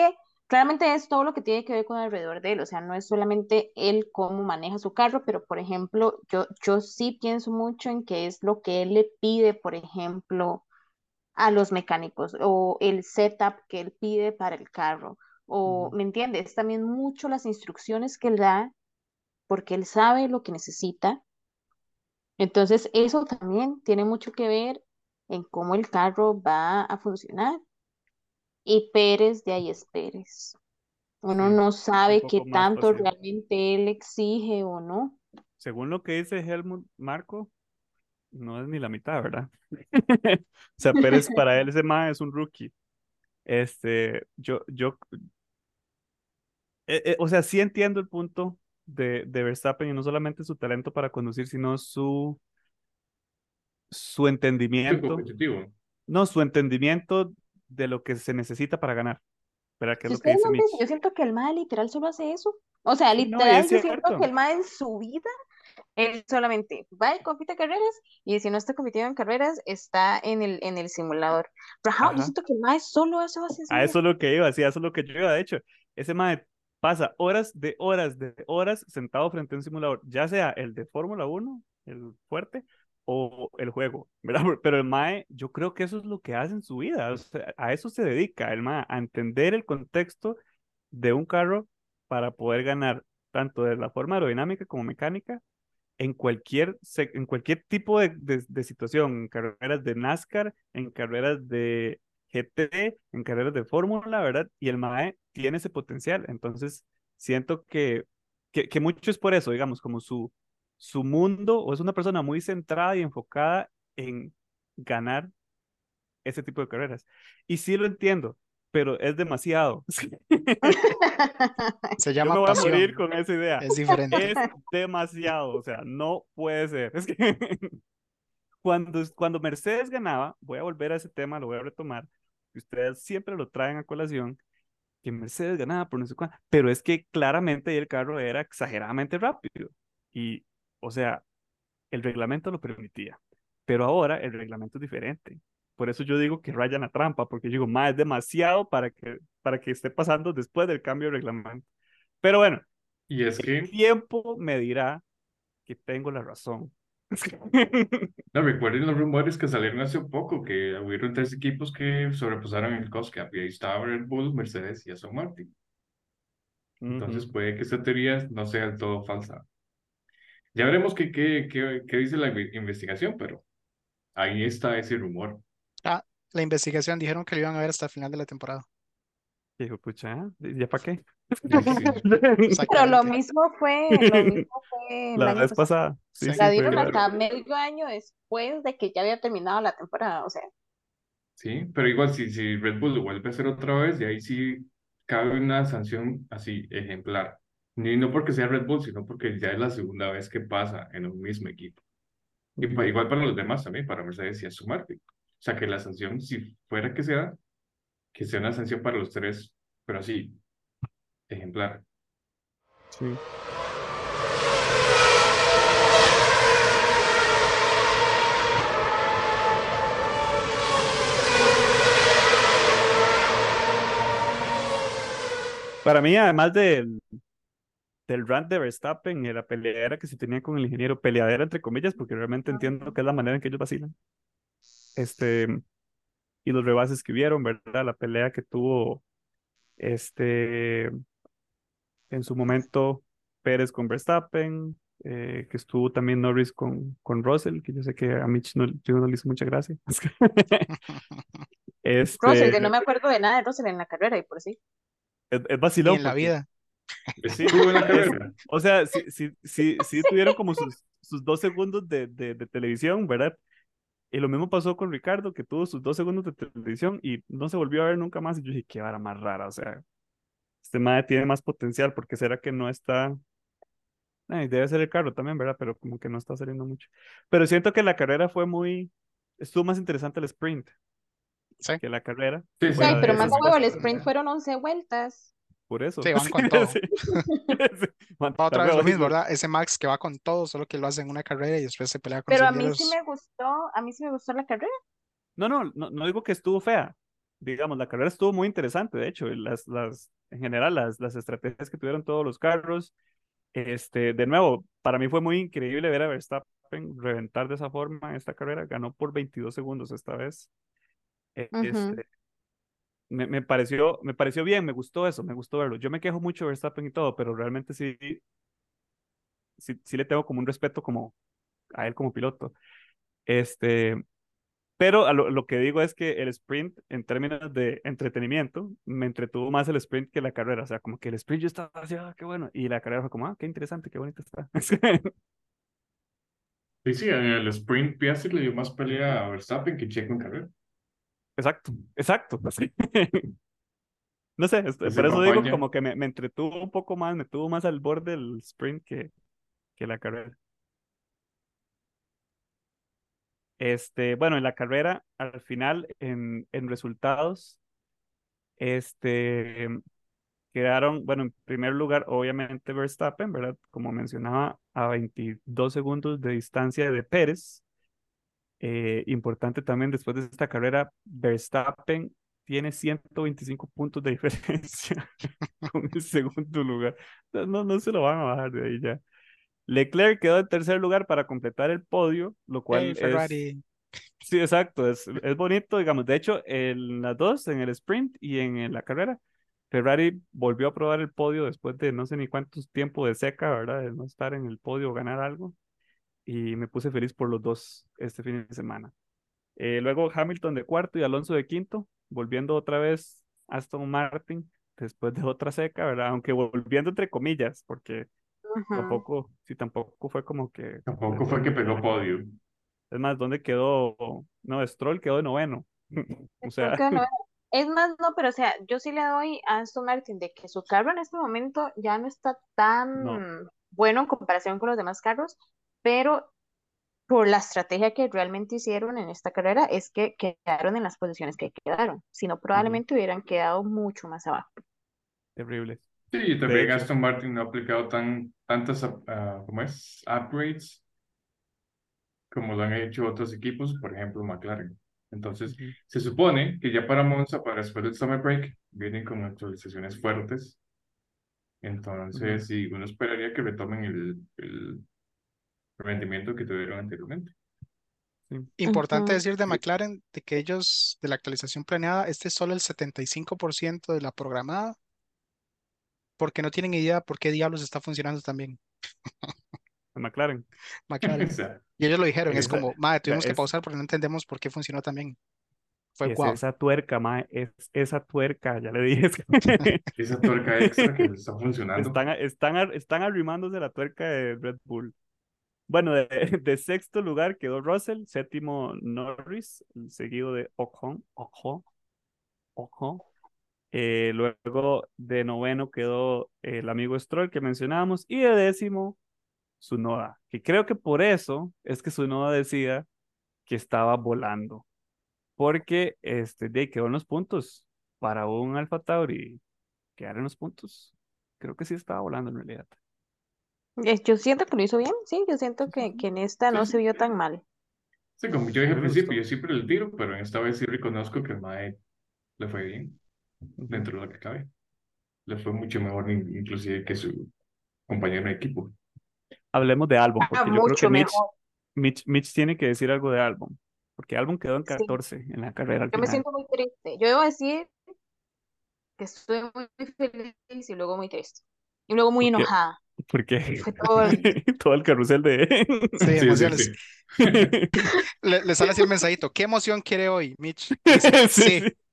Claramente es todo lo que tiene que ver con alrededor de él, o sea, no es solamente él cómo maneja su carro, pero por ejemplo, yo, yo sí pienso mucho en qué es lo que él le pide, por ejemplo, a los mecánicos o el setup que él pide para el carro, o, Ujú. ¿me entiendes? También mucho las instrucciones que él da, porque él sabe lo que necesita. Entonces, eso también tiene mucho que ver en cómo el carro va a funcionar. Y Pérez de ahí es Pérez. Uno Sí, no un sabe qué poco más tanto pasivo. realmente él exige o no. Según lo que dice Helmut Marco, no es ni la mitad, ¿verdad? O sea, Pérez para él ese mae es un rookie. Este, yo, yo, eh, eh, o sea, sí entiendo el punto de, de Verstappen y no solamente su talento para conducir, sino su, su Muy entendimiento, competitivo. no, su entendimiento de lo que se necesita para ganar, ¿verdad? Que es Si lo que ustedes dice no han visto, yo Mitch. siento que el mae literal solo hace eso. O sea, Sí, no, y es literal, yo siento que cierto. el mae en su vida, él solamente va y compite carreras y si no está compitiendo en carreras, está en el, en el simulador. Pero ajá, yo Ajá. siento que el mae solo eso hace en su A vida. eso es lo que iba, sí, a eso es lo que yo iba. De hecho, ese mae pasa horas de horas de horas sentado frente a un simulador, ya sea el de Fórmula Uno, el fuerte, o el juego, ¿verdad? Pero el mae, yo creo que eso es lo que hace en su vida. O sea, a eso se dedica el mae, a entender el contexto de un carro para poder ganar tanto de la forma aerodinámica como mecánica en cualquier, se- en cualquier tipo de, de- de situación, en carreras de NASCAR, en carreras de G T, en carreras de Fórmula, ¿verdad? Y el MAE tiene ese potencial. Entonces, siento que, que, que mucho es por eso, digamos, como su, su mundo, o es una persona muy centrada y enfocada en ganar ese tipo de carreras. Y sí lo entiendo, pero es demasiado. Se Yo me llama voy a morir pasión, con esa idea. es diferente. Es demasiado, o sea, no puede ser. Es que cuando, cuando Mercedes ganaba, voy a volver a ese tema, lo voy a retomar, y ustedes siempre lo traen a colación, que Mercedes ganaba por no sé cuánto, pero es que claramente el carro era exageradamente rápido. Y, o sea, el reglamento lo permitía, pero ahora el reglamento es diferente. Por eso yo digo que rayan la trampa, porque yo digo, más es demasiado para que, para que esté pasando después del cambio de reglamento. Pero bueno, Y es el que, tiempo me dirá que tengo la razón. no recuerden los rumores que salieron hace poco, que hubieron tres equipos que sobrepasaron el cost cap, y ahí estaba Red Bull, Mercedes y Aston Martin. Entonces Ujú. puede que esta teoría no sea del todo falsa. Ya veremos qué, qué, qué, qué dice la inve- investigación, pero ahí está ese rumor. Ah, la investigación dijeron que lo iban a ver hasta el final de la temporada. Dijo, pucha, ¿ya para qué? Y sí, Pero lo Exactamente. mismo fue, lo mismo fue el La año vez pasado. pasada, sí, Sí. sí, La fue dieron la... hasta medio año después de que ya había terminado la temporada, o sea. sí, pero igual si, si Red Bull lo vuelve a hacer otra vez, y ahí sí cabe una sanción así ejemplar. Ni no porque sea Red Bull, sino porque ya es la segunda vez que pasa en un mismo equipo. Y pa- Ujú. igual para los demás también, para Mercedes y Aston Martin. O sea, que la sanción, si fuera que sea, que sea una sanción para los tres, pero así, ejemplar. Sí. Para mí, además del, del rant de Verstappen y la peleadera que se tenía con el ingeniero, peleadera entre comillas, porque realmente entiendo que es la manera en que ellos vacilan, este, y los rebases que hubieron, ¿verdad? La pelea que tuvo, este, en su momento Pérez con Verstappen, eh, que estuvo también Norris con, con Russell, que yo sé que a Mitch no, yo no le hizo mucha gracia. Russell, Este, que no me acuerdo de nada de Russell en la carrera y por sí. es, es Ni vacilón en la porque, vida. sí, Estuvo en la es, carrera. o sea, sí, sí, sí, sí Sí. tuvieron como sus, sus dos segundos de, de, de televisión, ¿verdad? Y lo mismo pasó con Ricardo, que tuvo sus dos segundos de televisión y no se volvió a ver nunca más. Y yo dije, qué vara más rara, o sea, este madre tiene más potencial, porque será que no está. Ay, debe ser el carro también, ¿verdad? Pero como que no está saliendo mucho. Pero siento que la carrera fue muy, estuvo más interesante el sprint Sí, que la carrera, Sí, Ay, fuera sí, pero de manda esas huevo, el cosas. sprint definitivamente. fueron once vueltas. Por eso. Sí, van Sí, con todo. sí. Sí. Va Manda otra vez lo huevos, mismo, digo. ¿verdad? Ese Max que va con todo, solo que lo hace en una carrera y después se pelea con los Pero a mí sí ingenieros. me gustó, a mí sí me gustó la carrera. No, no, no, no digo que estuvo fea. digamos, la carrera estuvo muy interesante, de hecho, y las, las, en general, las, las estrategias que tuvieron todos los carros, este, de nuevo, para mí fue muy increíble ver a Verstappen reventar de esa forma en esta carrera, ganó por veintidós segundos esta vez. E- Ujú. Este, me, me pareció, me pareció bien, me gustó eso, me gustó verlo. Yo me quejo mucho de Verstappen y todo, pero realmente sí, sí, sí le tengo como un respeto como a él como piloto. Este, pero a lo, lo que digo es que el sprint, en términos de entretenimiento, me entretuvo más el sprint que la carrera. O sea, como que el sprint yo estaba así, ah, qué bueno. Y la carrera fue como, ah, qué interesante, qué bonita está. Sí, sí, en el sprint Piastri le dio más pelea a Verstappen que Checo en carrera. Exacto, exacto. Así. No sé, este, Ese por eso digo papaya. como que me, me entretuvo un poco más, me tuvo más al borde del sprint que, que la carrera. Este, bueno, en la carrera, al final, en, en resultados, este, quedaron, bueno, en primer lugar, obviamente Verstappen, ¿verdad? Como mencionaba, a veintidós segundos de distancia de Pérez. Eh, importante también, después de esta carrera, Verstappen tiene ciento veinticinco puntos de diferencia con el segundo lugar. No, no, no se lo van a bajar de ahí ya. Leclerc quedó en tercer lugar para completar el podio, lo Hey, cual es, Ferrari. sí, exacto, es, es bonito, digamos. De hecho, en las dos, en el sprint y en, la carrera, Ferrari volvió a probar el podio después de no sé ni cuántos tiempos de seca, ¿verdad? De no estar en el podio o ganar algo. Y me puse feliz por los dos este fin de semana. Eh, luego Hamilton de cuarto y Alonso de quinto, volviendo otra vez Aston Martin después de otra seca, ¿verdad? Aunque volviendo entre comillas, porque Ujú. tampoco, sí, tampoco fue como que Tampoco les fue que volvió pegó loco. podio. Es más, ¿dónde quedó? No, Stroll quedó de noveno. O Creo sea, que no. Es más, no, pero o sea, yo sí le doy a Aston Martin de que su carro en este momento ya no está no, tan bueno en comparación con los demás carros, pero por la estrategia que realmente hicieron en esta carrera es que quedaron en las posiciones que quedaron, si no ujú, probablemente hubieran quedado mucho más abajo. terrible. Sí, y De también hecho, Aston Martin no ha aplicado tan, tantas, up- ah, ¿cómo es? Upgrades como lo han hecho otros equipos, por ejemplo, McLaren. Entonces, ujú, se supone que ya para Monza, para después del Summer Break, vienen con actualizaciones fuertes. ujú, Entonces, sí, uno esperaría que retomen el, el rendimiento que tuvieron anteriormente. sí, Importante Ujú. decir de McLaren de que ellos, de la actualización planeada, este es solo el setenta y cinco por ciento de la programada, porque no tienen idea por qué diablos está funcionando también de McLaren. O McLaren. sea, Y ellos lo dijeron, es Esa, como, madre, vea, tuvimos que es, pausar porque no entendemos por qué funcionó también. Fue es wow. esa tuerca, mae, es esa tuerca, ya le dije. esa tuerca extra que está funcionando. Están, están, ar- están arrimándose la tuerca de Red Bull. Bueno, de, de sexto lugar quedó Russell, séptimo Norris, seguido de Ocon, Ocon, Ocon. Eh, luego de noveno quedó el amigo Stroll que mencionábamos y de décimo Tsunoda, que creo que por eso es que Tsunoda decía que estaba volando, porque este, de ahí quedó en los puntos para un Alfa Tauri quedar en los puntos. Creo que sí estaba volando en realidad. Eh, Yo siento que lo hizo bien, sí, yo siento Sí, sí, que, sí. que en esta Sí, no se sí. vio tan mal. Sí, como yo dije A al mí me principio, gustó. yo siempre le tiro, pero en esta vez sí reconozco que el Mae le fue bien, Ujú. dentro de lo que cabe. Le fue mucho mejor in- inclusive que su compañero de equipo. Hablemos de Albon, Ah, porque yo creo que mucho Mitch, mejor. Mitch, Mitch tiene que decir algo de Albon, porque Albon quedó en Sí, catorce en la carrera al yo me final. siento muy triste. Yo debo decir que estuve muy feliz y luego muy triste. Y luego muy Porque, enojada. porque Fue todo el... todo el carrusel de... Sí, Sí, sí, emociones. sí. Le, le sale así el mensajito, ¿qué emoción quiere hoy, Mitch? Y dice, Sí, sí. sí.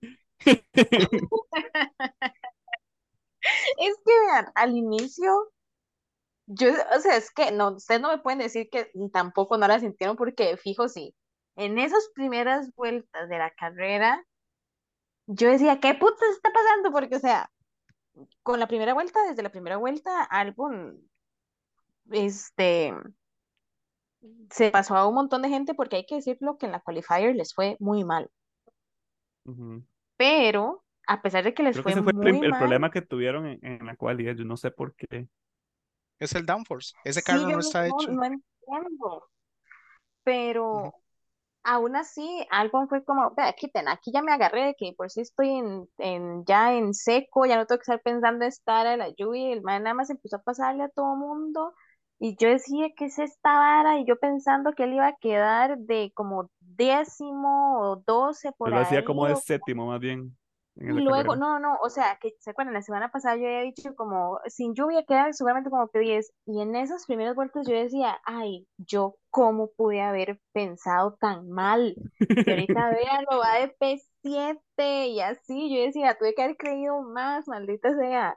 Es que vean, al inicio, yo, o sea, es que no, ustedes no me pueden decir que tampoco no la sintieron porque fijo, sí. En esas primeras vueltas de la carrera, yo decía, ¿qué putas está pasando? Porque, o sea, con la primera vuelta, desde la primera vuelta, Albon, este, se pasó a un montón de gente porque hay que decirlo que en la qualifier les fue muy mal. Ujú. Pero, a pesar de que les Creo que fue ese fue el, muy el mal, problema que tuvieron en, en la cualidad. Yo no sé por qué. Es el downforce. Ese sí, carro yo no no, está no, hecho. no entiendo. Ujú. Pero aún así, Albon fue como, vea, quiten, aquí ya me agarré de que por si estoy en, en, ya en seco, ya no tengo que estar pensando en estar a la lluvia, y el man nada más empezó a pasarle a todo mundo, y yo decía, ¿qué es esta vara? Y yo pensando que él iba a quedar de como décimo o doce Él por lo hacía ahí, como de o séptimo más bien en y esa luego, carrera. no, no, o sea, que se acuerdan, la semana pasada yo había dicho como, sin lluvia queda seguramente como P diez, y en esas primeras vueltas yo decía, ay, yo cómo pude haber pensado tan mal, y ahorita véanlo, va de P siete, y así, yo decía, tuve que haber creído más, maldita sea,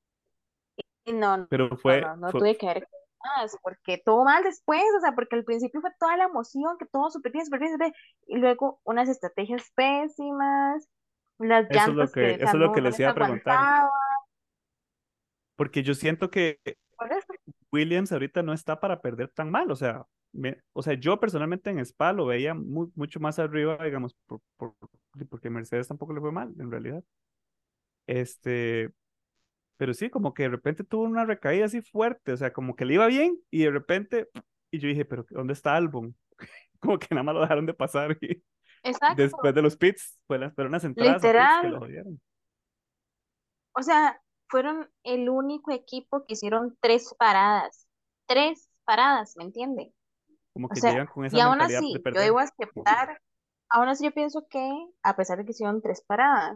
y no, no, Pero fue, no, no fue, tuve que haber creído más, porque todo mal después, o sea, porque al principio fue toda la emoción, que todo súper bien, súper bien, súper bien, y luego unas estrategias pésimas, las eso es lo llantas que, que, o eso sea, es lo no, que no les les iba a preguntar, aguantaba, porque yo siento que por eso. Williams ahorita no está para perder tan mal, o sea, me- o sea, yo personalmente en Spa lo veía mu- mucho más arriba, digamos, por, por- porque Mercedes tampoco le fue mal, en realidad. Este, pero sí, como que de repente tuvo una recaída así fuerte, o sea, como que le iba bien y de repente, y yo dije, pero ¿dónde está Albon? Como que nada más lo dejaron de pasar y después Exacto, de los pits, fue las, fueron las entradas a pits que lo literal, jodieron. o sea, fueron el único equipo que hicieron tres paradas, tres paradas, ¿me entiende? Como O que ya sea, iban con y esa aún mentalidad de así, yo perder. debo aceptar, aún así yo pienso que, a pesar de que hicieron tres paradas,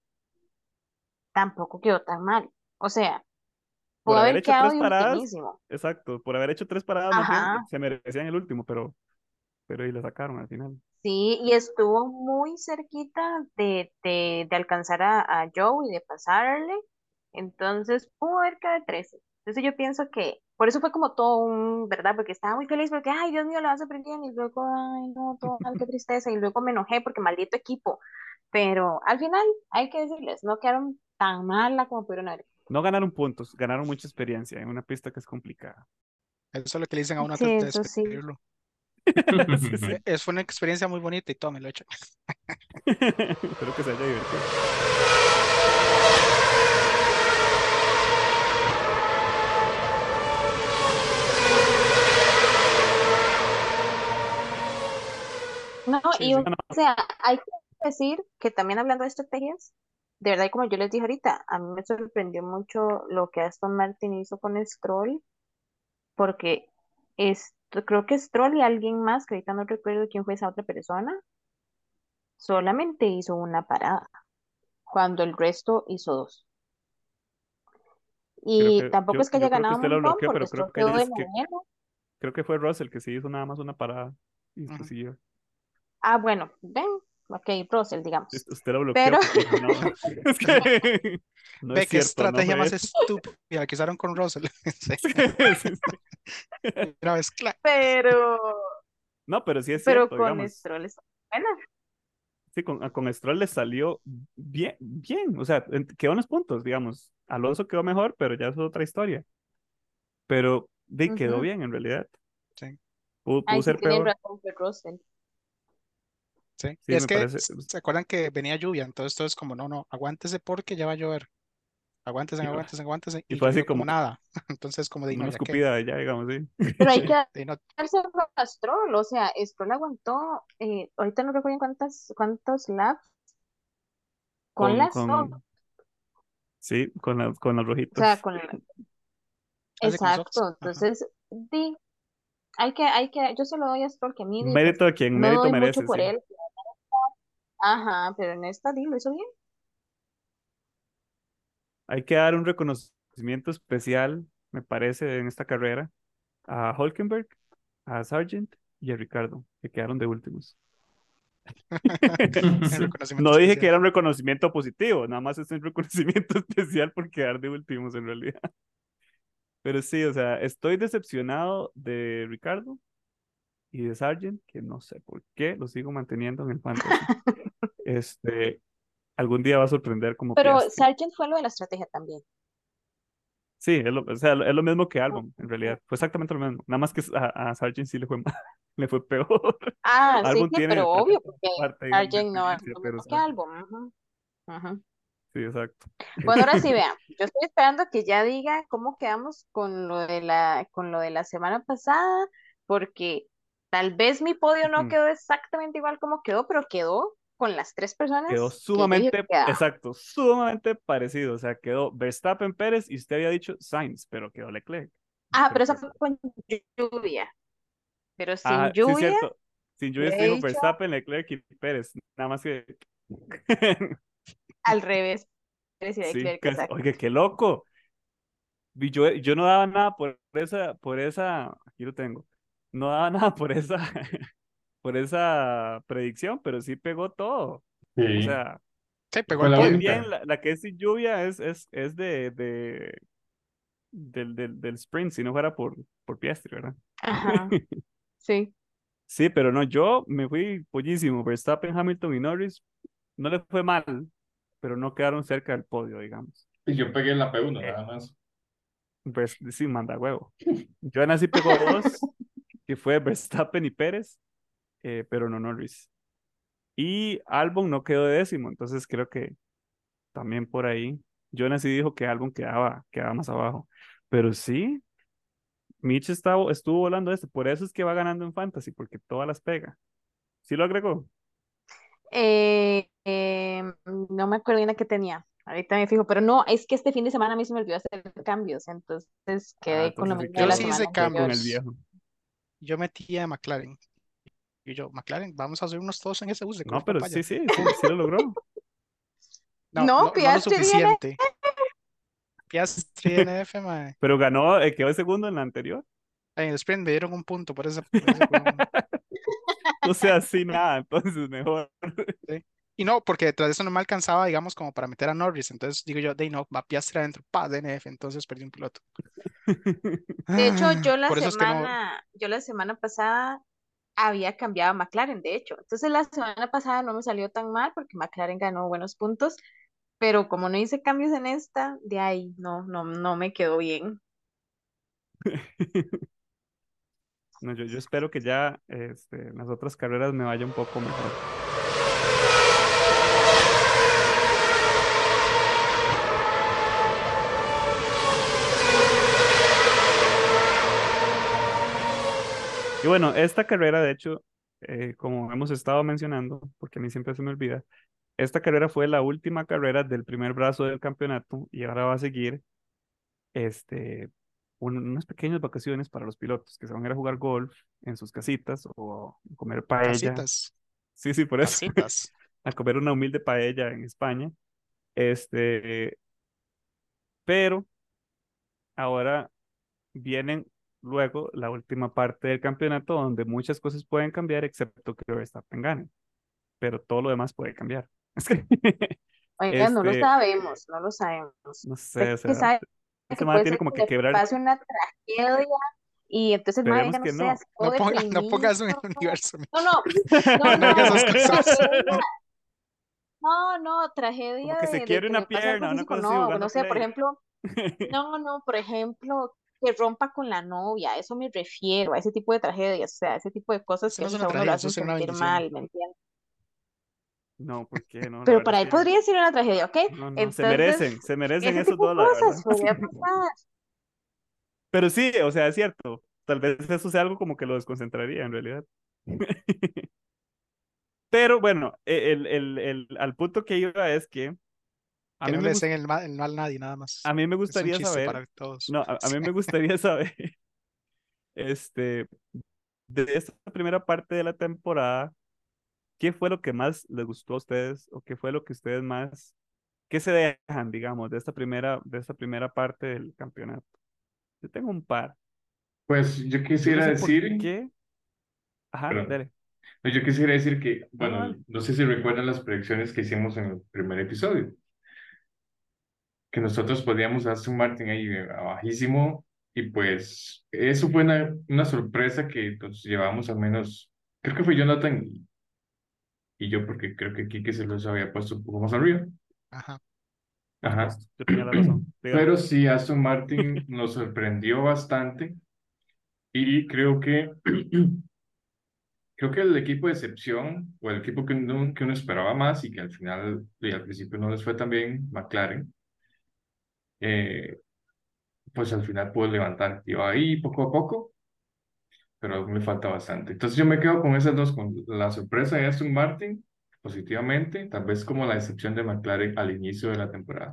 tampoco quedó tan mal. O sea, Por pudo haber haber hecho quedado tres de paradas, ultimísimo. exacto, por haber hecho tres paradas más bien, Ajá, se merecían el último, pero, pero y lo sacaron al final. sí, y estuvo muy cerquita de, de, de alcanzar a, a Joe y de pasarle. Entonces pudo haber quedado de trece. Entonces yo pienso que por eso fue como todo un, ¿verdad? Porque estaba muy feliz porque, ay, Dios mío, lo va súper bien. Y luego, ay, no, todo mal, qué tristeza. Y luego me enojé porque maldito equipo. Pero al final, hay que decirles, no quedaron tan mala como pudieron haber. No ganaron puntos, ganaron mucha experiencia en una pista que es complicada. Eso es lo que le dicen a uno Sí, antes de eso sí. despedirlo. Sí, sí. E- Es, fue una experiencia muy bonita y todo me lo echa. Espero que se haya divertido. No, Sí, y o sí. sea, hay que decir que también hablando de estrategias, de verdad, y como yo les dije ahorita, a mí me sorprendió mucho lo que Aston Martin hizo con Stroll, porque esto, creo que Stroll y alguien más, que ahorita no recuerdo quién fue esa otra persona, solamente hizo una parada, cuando el resto hizo dos. Creo Y que, tampoco yo, es que haya yo creo que ganado un usted lo montón, bloqueó, porque pero Stroll creo que, quedó de es que noveno. creo que fue Russell que sí hizo nada más una parada y después Ujú. siguió. Ah, bueno, ven, ok, Russell, digamos. Est- Usted lo bloqueó Pero porque dijo, no, es que no es Ve qué cierto, no estrategia fue más él. estúpida la que usaron con Russell. Sí. Sí, sí, sí. Y una vez, clac. pero, No, pero sí es pero cierto, con digamos. Stroll está buena. Sí, con, a- con Stroll le salió bien, bien, o sea, en- quedó en los puntos, digamos. Alonso quedó mejor, pero ya es otra historia. Pero de, quedó Ujú. bien en realidad. Sí, Pudo, pudo Ay, sí, ser tienen peor. razón, fue Russell. sí. Y Sí, es me que parece. s- se acuerdan que venía lluvia, entonces todo es como, no, no, aguántese porque ya va a llover. Aguántese, Y, aguántese, aguántese. y Y fue así llovió como como, nada. Entonces, como de, como no, una ya qué. escupida de ya, digamos, sí. Pero hay que De, no, darse a Stroll, o sea, Stroll aguantó, eh, ahorita no recuerdo cuántas, cuántos laps con Con, las dos, con, sí, con, la- con los o sea, rojitos. con, hace con los ojos. exacto, Ajá. entonces, di, hay que, hay que, yo se lo doy a Stroll, que a mí, di, pues, Mérito a quien no mérito doy mucho merece, por sí. él, ajá, pero en esta, di, lo hizo bien. Hay que dar un reconocimiento especial, me parece, en esta carrera a Hulkenberg, a Sargent y a Ricardo, que quedaron de últimos. El Sí. reconocimiento No dije que especial. era un reconocimiento positivo, nada más es un reconocimiento especial por quedar de últimos en realidad. Pero sí, o sea, estoy decepcionado de Ricardo y de Sargent, que no sé por qué lo sigo manteniendo en el fantasy. Este, algún día va a sorprender como Pero Piastri. Sargent fue lo de la estrategia también. Sí, es lo, o sea, es lo mismo que Albon, en Ujú. realidad. Fue exactamente lo mismo. Nada más que a, a Sargent sí le fue mal, le fue peor. Ah, sí, Albon sí, tiene pero tal vez obvio, una porque parte, digamos, de Sargent no es experiencia, lo pero mismo que Sargent, Albon. Ujú, ujú. sí, exacto. Bueno, ahora sí, Este, vean, yo estoy esperando que ya diga cómo quedamos con lo de la, con lo de la semana pasada, porque Tal vez mi podio no Ujú. quedó exactamente igual como quedó, pero quedó con las tres Quedó personas que yo dije que sumamente, quedaban. exacto, sumamente parecido. O sea, quedó Verstappen Pérez y usted había dicho Sainz, pero quedó Leclerc. Ah, pero Pero eso quedó. fue con lluvia. Pero sin Ah, sí, lluvia, cierto. Sin lluvia hubiera se dijo dicho Verstappen, Leclerc y Pérez. Nada más que. al revés. Pérez y Sí, Leclerc, casi. exacto. Oye, qué loco. Y Yo, yo no daba nada por esa, por esa, aquí lo tengo. No daba nada por esa, por esa predicción, pero sí pegó todo. O Sí, sea, Sí, pegó fue el la bien, podio. bien, única. la, la que es sin lluvia es, es, es de, de, del, del, del sprint, si no fuera por, por Piastri, ¿verdad? Ajá, sí. Sí, pero no, yo me fui pollísimo. Verstappen, Hamilton y Norris no le fue mal, pero no quedaron cerca del podio, digamos. Y yo pegué la P uno Eh, nada más. Vers- sí, manda huevo. Joana sí pegó dos, que fue Verstappen y Pérez, eh, pero no Norris. Y Albon no quedó de décimo, entonces creo que también por ahí. Jonas sí dijo que Albon quedaba, quedaba más abajo. Pero sí, Mitch estaba, estuvo volando este, por eso es que va ganando en Fantasy, porque todas las pega. ¿Sí lo agregó? Eh, eh, no me acuerdo bien la que tenía. Ahorita me fijo, pero no, es que este fin de semana a mí se me olvidó hacer cambios, entonces Ah, quedé con lo entonces sí mismo de Yo la sí quedó, semana hice quedó con anterior. el cambios. viejo. Yo metí a McLaren. Y yo, McLaren, vamos a subirnos todos en ese bus de color No, pero papaya. sí, sí, Pum. sí, sí lo logró. No, No, no, no lo Piastri viene. suficiente. Piastri N F, mae. Pero ganó, eh, quedó segundo en la anterior. En el sprint me dieron un punto por ese, por ese huevón. O sea, sí, nada, entonces mejor. ¿Sí? Y no, porque detrás de eso no me alcanzaba, digamos, como para meter a Norris. Entonces digo yo, de no, va Piastri adentro, pa, D N F, entonces perdí un piloto. De hecho, Ah, yo la por eso es que no, semana, yo la semana pasada había cambiado a McLaren, de hecho. Entonces la semana pasada no me salió tan mal porque McLaren ganó buenos puntos, pero como no hice cambios en esta, de ahí no, no, no me quedó bien. No, yo, yo espero que ya este, en las otras carreras me vaya un poco mejor. Y bueno, esta carrera, de hecho, eh, como hemos estado mencionando, porque a mí siempre se me olvida, esta carrera fue la última carrera del primer brazo del campeonato y ahora va a seguir este, un- unas pequeñas vacaciones para los pilotos que se van a ir a jugar golf en sus casitas o a comer paella. casitas, Sí, sí, por eso. casitas. A comer una humilde paella en España. Este, pero ahora vienen luego la última parte del campeonato donde muchas cosas pueden cambiar excepto que Verstappen gane, pero todo lo demás puede cambiar. Es que, Oigan, no lo este, sabemos, no lo sabemos. no Usted sé, o que sea, sabe esta que semana puede tiene ser como que que le quebrar, pase una tragedia y entonces el mae esperemos diga, no que sé, no. así todo No ponga, no deprimido. ponga eso en el universo, No, no, no, no diga esas no, cosas. tragedia, no, no, Como tragedia que se de, de quiebre que le una pase algo pierna, una físico, cosa así no, no jugando sé, por play. ejemplo, no, no, por ejemplo, que rompa con la novia, a eso me refiero, a ese tipo de tragedias, o sea, ese tipo de cosas Eso que no es pues una a uno lo tragedia, eso hacen sería una sentir bendición. mal, ¿me entiendes? No, ¿por qué? No, la Pero verdad es para él que podría ser una tragedia, ¿ok? no, no, se Entonces, merecen, se merecen ese esos tipo de dos, la verdad. cosas podría pasar. Pero sí, o sea, es cierto. Tal vez eso sea algo como que lo desconcentraría en realidad. Pero bueno, e- el, el, el, al punto que iba es que a Que mí no me le gus- deseen el mal, el mal a nadie, nada a más. mí me Es un gustaría chiste saber, para todos. no, a, a mí me gustaría saber, este, de esta primera parte de la temporada, ¿qué fue lo que más les gustó a ustedes o qué fue lo que ustedes más, qué se dejan, digamos, de esta primera, de esta primera parte del campeonato? Yo tengo un par. Pues yo Yo no quisiera sé por decir, qué. Ajá, perdón, dale. no, yo quisiera decir que, No, no, bueno, dale. no sé si recuerdan las predicciones que hicimos en el primer episodio, que nosotros podíamos a Aston Martin ahí eh, bajísimo, y pues eso fue una, una sorpresa que nos llevamos al menos, creo que fue Jonathan y, y yo, porque creo que Kike se los había puesto un poco más arriba. Ajá. Por Ajá. supuesto, yo tenía la razón. Dígame. Pero sí, Aston Martin nos sorprendió bastante y creo que creo que el equipo de excepción o el equipo que uno, que uno esperaba más y que al final y al principio no les fue tan bien, McLaren, eh, pues al final pudo levantar. Iba ahí poco a poco pero aún le falta bastante. Entonces yo me quedo con esas dos, con la sorpresa de Aston Martin, positivamente, tal vez como la decepción de McLaren al inicio de la temporada.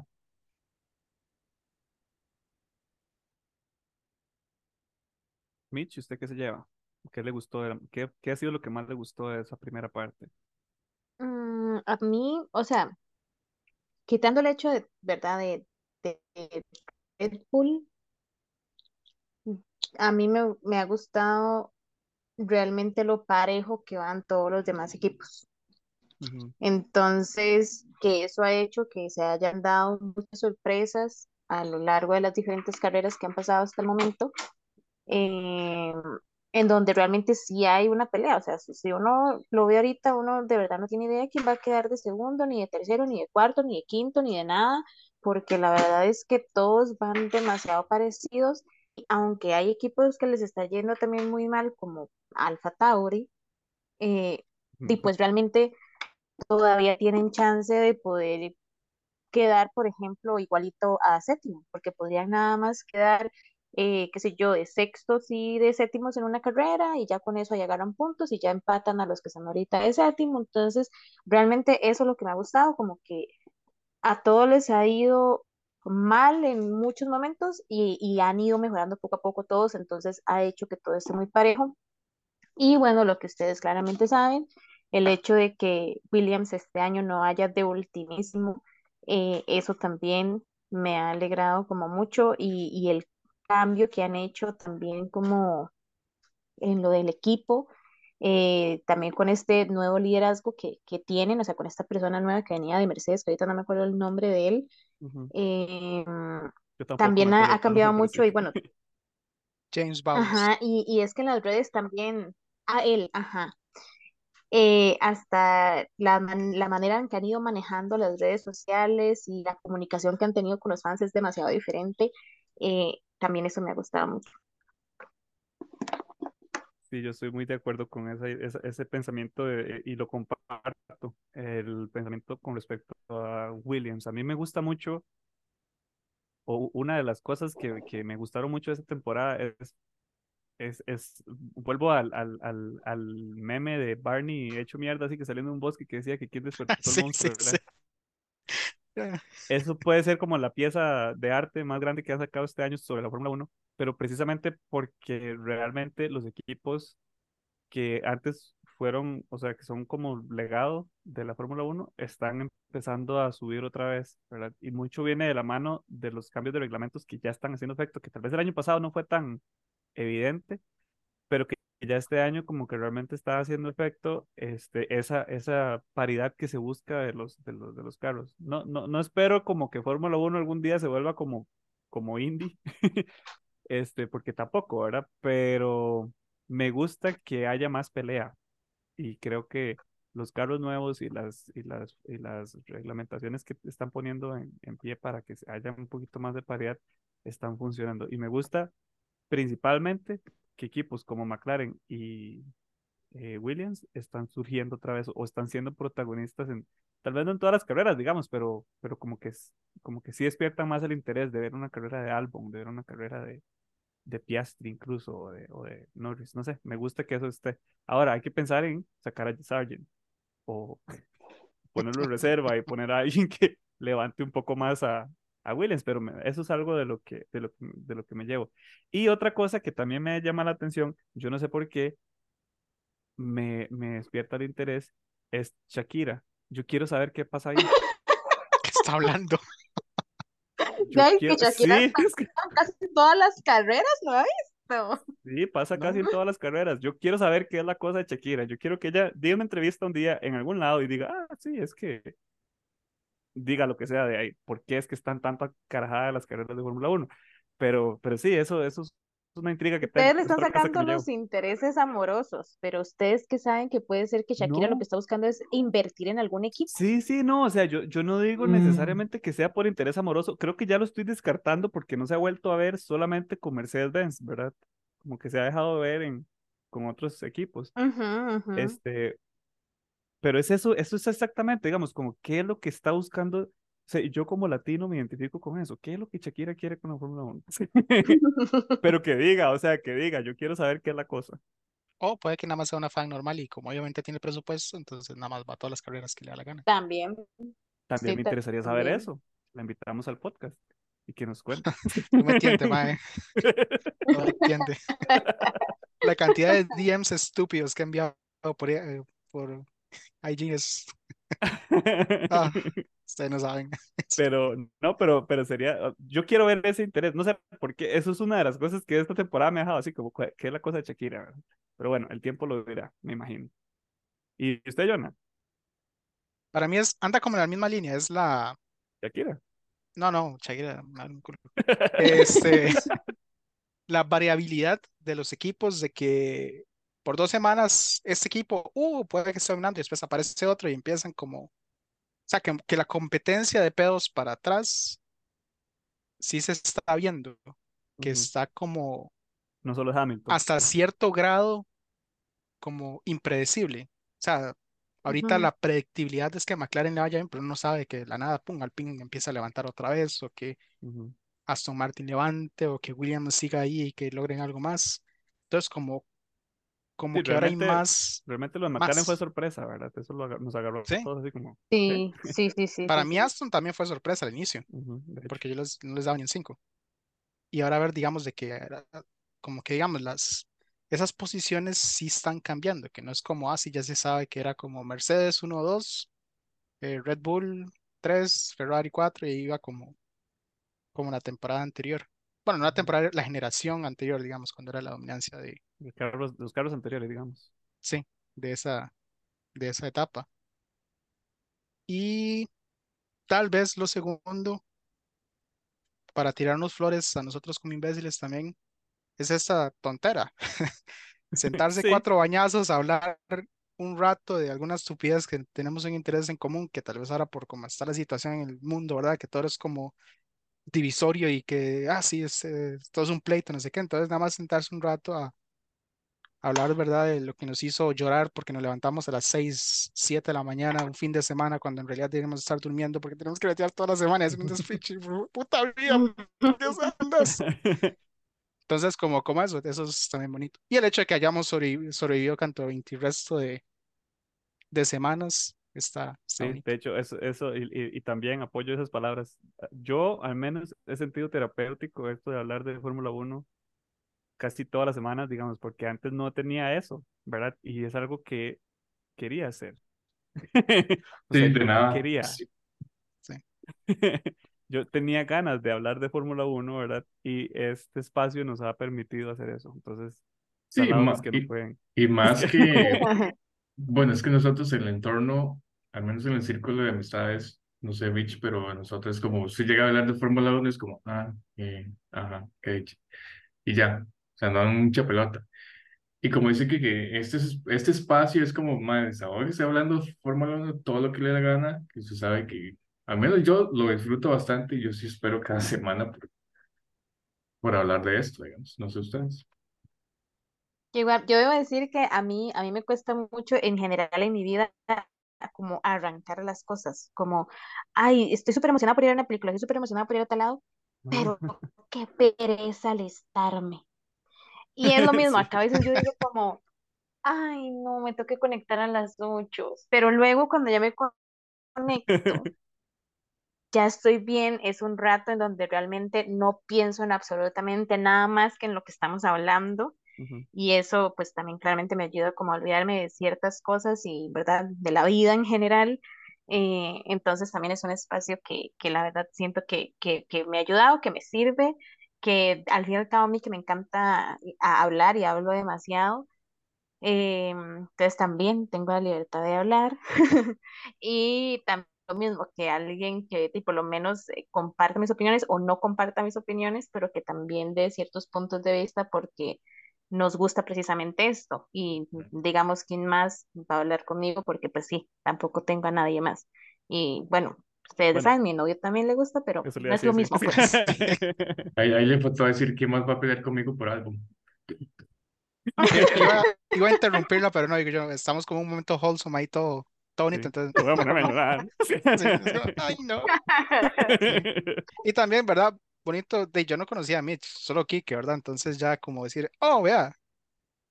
Mitch, ¿usted qué se lleva? ¿Qué le gustó de la- qué, qué ha sido lo que más le gustó de esa primera parte? Mm, a mí, o sea, quitando el hecho de, ¿verdad? De, de, de Red Bull, a mí me, me ha gustado realmente lo parejo que van todos los demás equipos. Ujú, Entonces, que eso ha hecho que se hayan dado muchas sorpresas a lo largo de las diferentes carreras que han pasado hasta el momento, eh, en donde realmente sí hay una pelea. O sea, si, si uno lo ve ahorita, uno de verdad no tiene idea de quién va a quedar de segundo, ni de tercero, ni de cuarto, ni de quinto, ni de nada, porque la verdad es que todos van demasiado parecidos. Y aunque hay equipos que les está yendo también muy mal, como Alfa Tauri, eh, y ujú. pues realmente todavía tienen chance de poder quedar, por ejemplo, igualito a séptimo, porque podrían nada más quedar, eh, qué sé yo, de sextos y de séptimos en una carrera y ya con eso ya agarran puntos y ya empatan a los que están ahorita de séptimo. Entonces, realmente eso es lo que me ha gustado, como que a todos les ha ido mal en muchos momentos y, y han ido mejorando poco a poco todos, entonces ha hecho que todo esté muy parejo. Y bueno, lo que ustedes claramente saben, el hecho de que Williams este año no haya de ultimísimo, eh, eso también me ha alegrado como mucho y, y el cambio que han hecho también como en lo del equipo, eh, también con este nuevo liderazgo que, que tienen, o sea, con esta persona nueva que venía de Mercedes, que ahorita no me acuerdo el nombre de él, Ujú. eh, Yo tampoco me también ha, acuerdo ha el nombre, cambiado pero sí. mucho y bueno, James Bowles. ajá, y, y es que en las redes también, a él, ajá. Eh, hasta la, man- la manera en que han ido manejando las redes sociales y la comunicación que han tenido con los fans es demasiado diferente. Eh, también eso me ha gustado mucho. Sí, yo estoy muy de acuerdo con ese, ese, ese pensamiento de- y lo comparto, el pensamiento con respecto a Williams. A mí me gusta mucho, o una de las cosas que, que me gustaron mucho de esta temporada es, es, es vuelvo al, al, al, al meme de Barney hecho mierda, así que saliendo de un bosque que decía que quién despertó el Sí, sí, monstruo, sí. ¿verdad? Eso puede ser como la pieza de arte más grande que ha sacado este año sobre la Fórmula Uno, pero precisamente porque realmente los equipos que antes fueron, o sea, que son como legado de la Fórmula Uno, están empezando a subir otra vez, ¿verdad? Y mucho viene de la mano de los cambios de reglamentos que ya están haciendo efecto, que tal vez el año pasado no fue tan evidente, pero que ya este año como que realmente está haciendo efecto este, esa, esa paridad que se busca de los, de los, de los carros. No, no, no espero como que Fórmula Uno algún día se vuelva como, como Indy, este, porque tampoco, ¿verdad? Pero me gusta que haya más pelea y creo que los carros nuevos y las, y las, y las reglamentaciones que están poniendo en, en pie para que haya un poquito más de paridad están funcionando. Y me gusta principalmente que equipos como McLaren y eh, Williams están surgiendo otra vez o están siendo protagonistas en, tal vez no en todas las carreras, digamos, pero, pero como que, es- como que sí despiertan más el interés de ver una carrera de Albon, de ver una carrera de de Piastri incluso, o de, o de Norris, no sé, me gusta que eso esté. Ahora hay que pensar en sacar a Sargent o ponerlo en reserva y poner a alguien que levante un poco más a, a Williams, pero me- eso es algo de lo que, de lo, que- de lo que me llevo. Y otra cosa que también me llama la atención, yo no sé por qué me, me despierta el interés, es Shakira. Yo quiero saber qué pasa ahí. ¿Qué está hablando? Yo Ya es que quiero, Shakira sí, está es que en casi todas las carreras, ¿no ha visto? sí, pasa casi No. en todas las carreras. Yo quiero saber qué es la cosa de Shakira. Yo quiero que ella dé una entrevista un día en algún lado y diga, ah, sí, es que diga lo que sea de ahí. ¿Por qué es que están tanto carajadas las carreras de Fórmula Uno? Pero, pero sí, eso, eso es una intriga que tengo. Ustedes le Es están otra cosa que sacando me los llevo. intereses amorosos, pero ustedes que saben que puede ser que Shakira lo que No, está buscando es invertir en algún equipo. sí, sí, no. O sea, yo, yo no digo Mm, necesariamente que sea por interés amoroso. Creo que ya lo estoy descartando porque no se ha vuelto a ver solamente con Mercedes-Benz, ¿verdad? Como que se ha dejado ver en, con otros equipos. Ujú, ujú. Este, Pero es eso, eso es exactamente, digamos, como qué es lo que está buscando. O sea, yo como latino me identifico con eso. ¿Qué es lo que Shakira quiere con la Fórmula Uno? Pero que diga, o sea, que diga, yo quiero saber qué es la cosa. O puede que nada más sea una fan normal y como obviamente tiene presupuesto, entonces nada más va a todas las carreras que le da la gana. También, También sí, me interesaría saber también. eso. La invitamos al podcast y que nos cuente. No me entiende, mae, no me entiende. La cantidad de D Ms estúpidos que he enviado por, eh, por I G es... Ah, ustedes no saben. Pero, no, pero, pero sería, yo quiero ver ese interés, no sé por qué, eso es una de las cosas que esta temporada me ha dejado así como, ¿qué es la cosa de Shakira, verdad? Pero bueno, el tiempo lo dirá, me imagino. ¿Y usted, Jonah? Para mí es, anda como en la misma línea, es la... Shakira. No, no, Shakira, mal, un culo. Este, la variabilidad de los equipos, de que por dos semanas este equipo, uh, puede que esté dominando y después aparece otro y empiezan como, o sea, que, que la competencia de pedos para atrás sí se está viendo, que Ujú. está como No solo es Hamilton. hasta cierto grado como impredecible. O sea, ahorita Ujú, la predictibilidad es que McLaren le vaya bien, pero uno sabe que de la nada, pum, Alpine empieza a levantar otra vez, o que Ujú. Aston Martin levante, o que Williams siga ahí y que logren algo más. Entonces, como, como Sí, que ahora hay realmente, más, realmente lo de McLaren fue más, sorpresa, ¿verdad? Eso lo aga- nos agarró a ¿sí? todos así como, ¿qué? sí, sí, sí, sí, Para sí, mí sí. Aston también fue sorpresa al inicio, Ujú, de hecho. porque yo les- no les daba ni un cinco. Y ahora ver, digamos, de que era- como que digamos, las, esas posiciones sí están cambiando, que no es como así, ya se sabe que era como Mercedes uno dos, eh, Red Bull tres, Ferrari cuatro y iba como, como la temporada anterior. Bueno, no la Ujú. temporada, la generación anterior, digamos, cuando era la dominancia de, Los carros, los carros anteriores, digamos. sí, de esa, de esa etapa. Y tal vez lo segundo, para tirarnos flores a nosotros como imbéciles también, es esta tontera. Sentarse Sí, cuatro bañazos a hablar un rato de algunas estupidez que tenemos un interés en común, que tal vez ahora por cómo está la situación en el mundo, ¿verdad? Que todo es como divisorio y que, ah, sí, es, eh, todo es un pleito, no sé qué. Entonces, nada más sentarse un rato a, hablar, ¿verdad? De lo que nos hizo llorar porque nos levantamos a las seis siete de la mañana, un fin de semana, cuando en realidad deberíamos estar durmiendo porque tenemos que meter toda la semana y hacer un despiche. Puta vida, ¿por qué andas? Entonces, como, como eso, eso es también bonito. Y el hecho de que hayamos sobrevi- sobrevivido tanto veinte y resto de, de semanas, está, está sí, bonito. de hecho, eso, eso y, y- y también apoyo esas palabras. Yo, al menos, he sentido terapéutico esto de hablar de Fórmula Uno casi todas las semanas, digamos, porque antes no tenía eso, ¿verdad? Y es algo que quería hacer. O sea, Sí, de yo nada. quería. Sí, Sí. Yo tenía ganas de hablar de Fórmula Uno, ¿verdad? Y este espacio nos ha permitido hacer eso. Entonces, sí, salados los ma- que no y, pueden. y Los más que... que, bueno, es que nosotros en el entorno, al menos en el círculo de amistades, no sé, Rich, pero nosotros como si llega a hablar de Fórmula uno es como, ah, eh, ajá, ok, y ya, o sea, no dan mucha pelota. Y como dice que, que este, es- este espacio es como, más, ahora que estoy hablando de Fórmula uno todo lo que le da gana, que se sabe que, al menos yo lo disfruto bastante y yo sí espero cada semana por, por hablar de esto, digamos, no sé ustedes. Que igual, yo debo decir que a mí, a mí me cuesta mucho en general en mi vida como arrancar las cosas, como, ay, estoy súper emocionada por ir a una película, estoy súper emocionada por ir a tal lado, pero qué pereza alistarme. Y es lo mismo, Sí. acá a veces yo digo como, ay, no, me tengo que conectar a las ocho, pero luego cuando ya me conecto, ya estoy bien, es un rato en donde realmente no pienso en absolutamente nada más que en lo que estamos hablando Ujú. y eso pues también claramente me ayuda como a olvidarme de ciertas cosas y, ¿verdad?, de la vida en general. Eh, entonces también es un espacio que, que la verdad siento que, que, que me ha ayudado, que me sirve, que al fin y al cabo a mí que me encanta a- hablar y hablo demasiado. Eh, entonces también tengo la libertad de hablar y también lo mismo que alguien que tipo, por lo menos eh, comparte mis opiniones o no comparta mis opiniones, pero que también dé ciertos puntos de vista porque nos gusta precisamente esto y digamos quién más va a hablar conmigo porque pues sí, tampoco tengo a nadie más. Y bueno, ustedes Bueno, saben, mi novio también le gusta, pero eso le no iba a es lo decir. mismo pues. Ahí, ahí le faltó decir quién más va a pelear conmigo por algo. I- Iba, iba a interrumpirla, pero no, digo yo, estamos como en un momento wholesome ahí todo, todo bonito, Sí, entonces, te voy a mejor ponerme a no. llorar. Sí, es como, ay, no. Sí. Y también, ¿verdad? Bonito, de yo no conocía a Mitch, solo Kike, ¿verdad? Entonces ya como decir, oh, vea,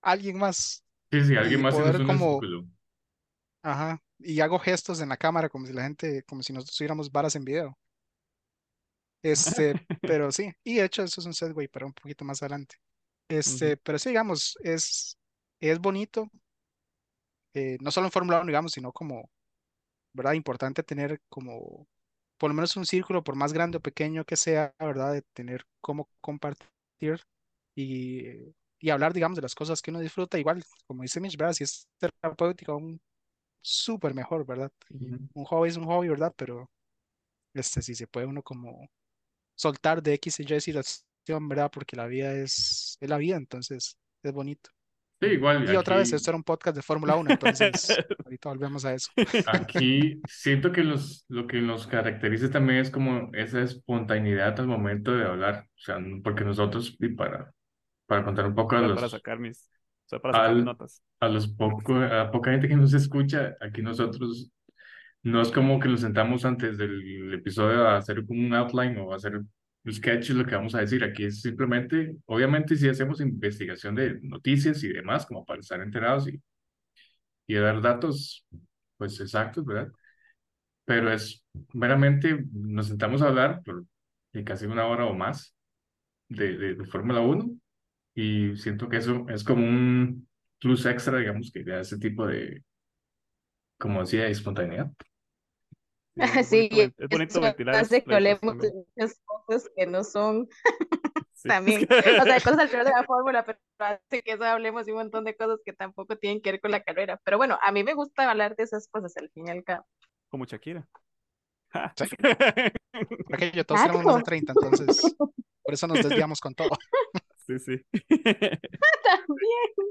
alguien más Sí, sí, alguien y más poder haciéndose un como, círculo. ajá, y hago gestos en la cámara como si la gente, como si nosotros tuviéramos varas en video. Este, pero sí, y de hecho eso es un segue para un poquito más adelante. Ujú, Este, pero sí, digamos, es, es bonito, eh, no solo en Fórmula uno digamos, sino como, ¿verdad? Importante tener como, por lo menos un círculo, por más grande o pequeño que sea, ¿verdad? De tener cómo compartir y, y hablar, digamos, de las cosas que uno disfruta. Igual, como dice Mitch, ¿verdad? Si es terapéutico, un súper mejor, ¿verdad? ujú. Un hobby es un hobby, ¿verdad? Pero este, si se puede uno como soltar de X y Y situación, ¿verdad? Porque la vida es, es la vida, entonces es bonito. Sí, igual Y otra vez, aquí, esto era un podcast de Fórmula uno entonces ahorita volvemos a eso. aquí siento que los, lo que nos caracteriza también es como esa espontaneidad al momento de hablar. O sea, no- porque nosotros, y para, para contar un poco a Solo para los, sacar mis, solo para sacar mis al, notas. a los poco, a poca gente que nos escucha, aquí nosotros no es como que nos sentamos antes del episodio a hacer como un outline o hacer un sketch de lo que vamos a decir. Aquí es simplemente, obviamente sí hacemos investigación de noticias y demás, como para estar enterados y, y dar datos pues exactos, ¿verdad? Pero es meramente, nos sentamos a hablar por eh, casi una hora o más de, de, de Fórmula uno y siento que eso es como un plus extra, digamos, que da ese tipo de, como decía, de espontaneidad. Sí, es Sí, bonito, y ven- es bonito eso ventilar esos hace que pleitos hablemos de también. muchas cosas que no son Sí. Es que- también, o sea, cosas alrededor de la fórmula, pero hace que eso hablemos de un montón de cosas que tampoco tienen que ver con la carrera. Pero bueno, a mí me gusta hablar de esas cosas al fin y al cabo. Como Shakira. Ja. Sí, por aquello, todos tenemos más de Exacto, treinta entonces por eso nos desviamos con todo. Sí, sí. también.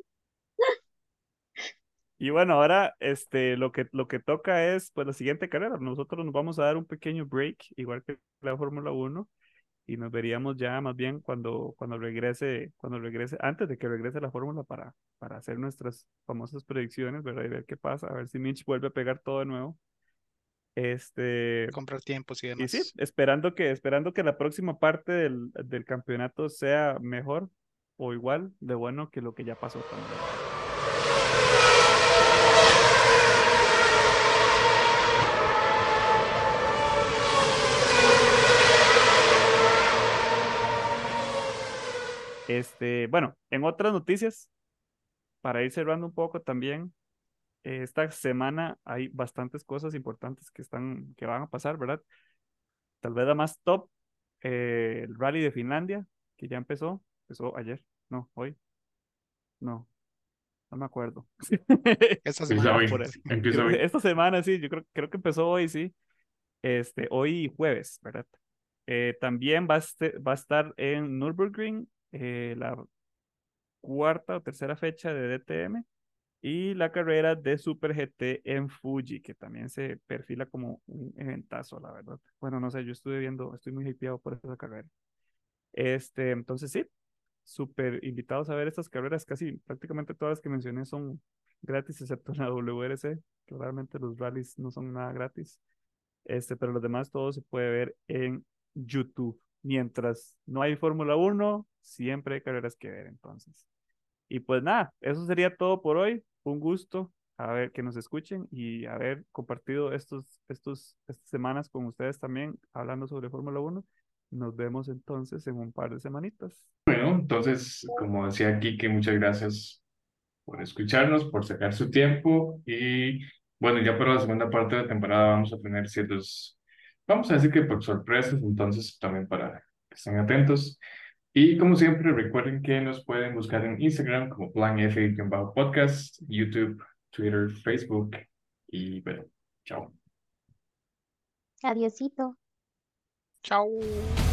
Y bueno, ahora este, lo que, lo que toca es pues la siguiente carrera. Nosotros nos vamos a dar un pequeño break, igual que la Fórmula Uno y nos veríamos ya más bien cuando, cuando regrese, cuando regrese, antes de que regrese la Fórmula para, para hacer nuestras famosas predicciones, ¿verdad? Y ver qué pasa, a ver si Mitch vuelve a pegar todo de nuevo. Este, Comprar tiempos y y sí, demás. esperando que, esperando que la próxima parte del, del campeonato sea mejor o igual de bueno que lo que ya pasó también. Este, bueno, en otras noticias, para ir cerrando un poco también, eh, esta semana hay bastantes cosas importantes que están, que van a pasar, ¿verdad? Tal vez la más top, eh, el Rally de Finlandia, que ya empezó, empezó ayer, no, hoy, no, no me acuerdo. Esta Empieza semana. Ah, hoy, por ahí. empieza Creo- hoy. esta semana sí, yo creo, creo que empezó hoy, sí. Este, hoy jueves, ¿verdad? Eh, también va a, este- va a estar en Nürburgring, eh, la cuarta o tercera fecha de D T M y la carrera de Super G T en Fuji, que también se perfila como un eventazo, la verdad. Bueno, no sé, yo estuve viendo, estoy muy hypeado por esa carrera. Este, entonces sí, súper invitados a ver estas carreras, casi prácticamente todas las que mencioné son gratis, excepto la W R C, que realmente los rallies no son nada gratis. Este, pero los demás todo se puede ver en YouTube. Mientras no hay Fórmula Uno siempre hay carreras que ver, entonces. Y pues nada, eso sería todo por hoy. Un gusto a ver que nos escuchen y haber compartido estos, estos, estas semanas con ustedes también hablando sobre Fórmula Uno. Nos vemos entonces en un par de semanitas. Bueno, entonces, como decía aquí, que muchas gracias por escucharnos, por sacar su tiempo y bueno, ya para la segunda parte de la temporada vamos a tener ciertos, vamos a decir que por sorpresas, entonces también para que estén atentos. Y como siempre, recuerden que nos pueden buscar en Instagram como Plan F Podcast, YouTube, Twitter, Facebook y bueno, chao. Adiosito. Chao.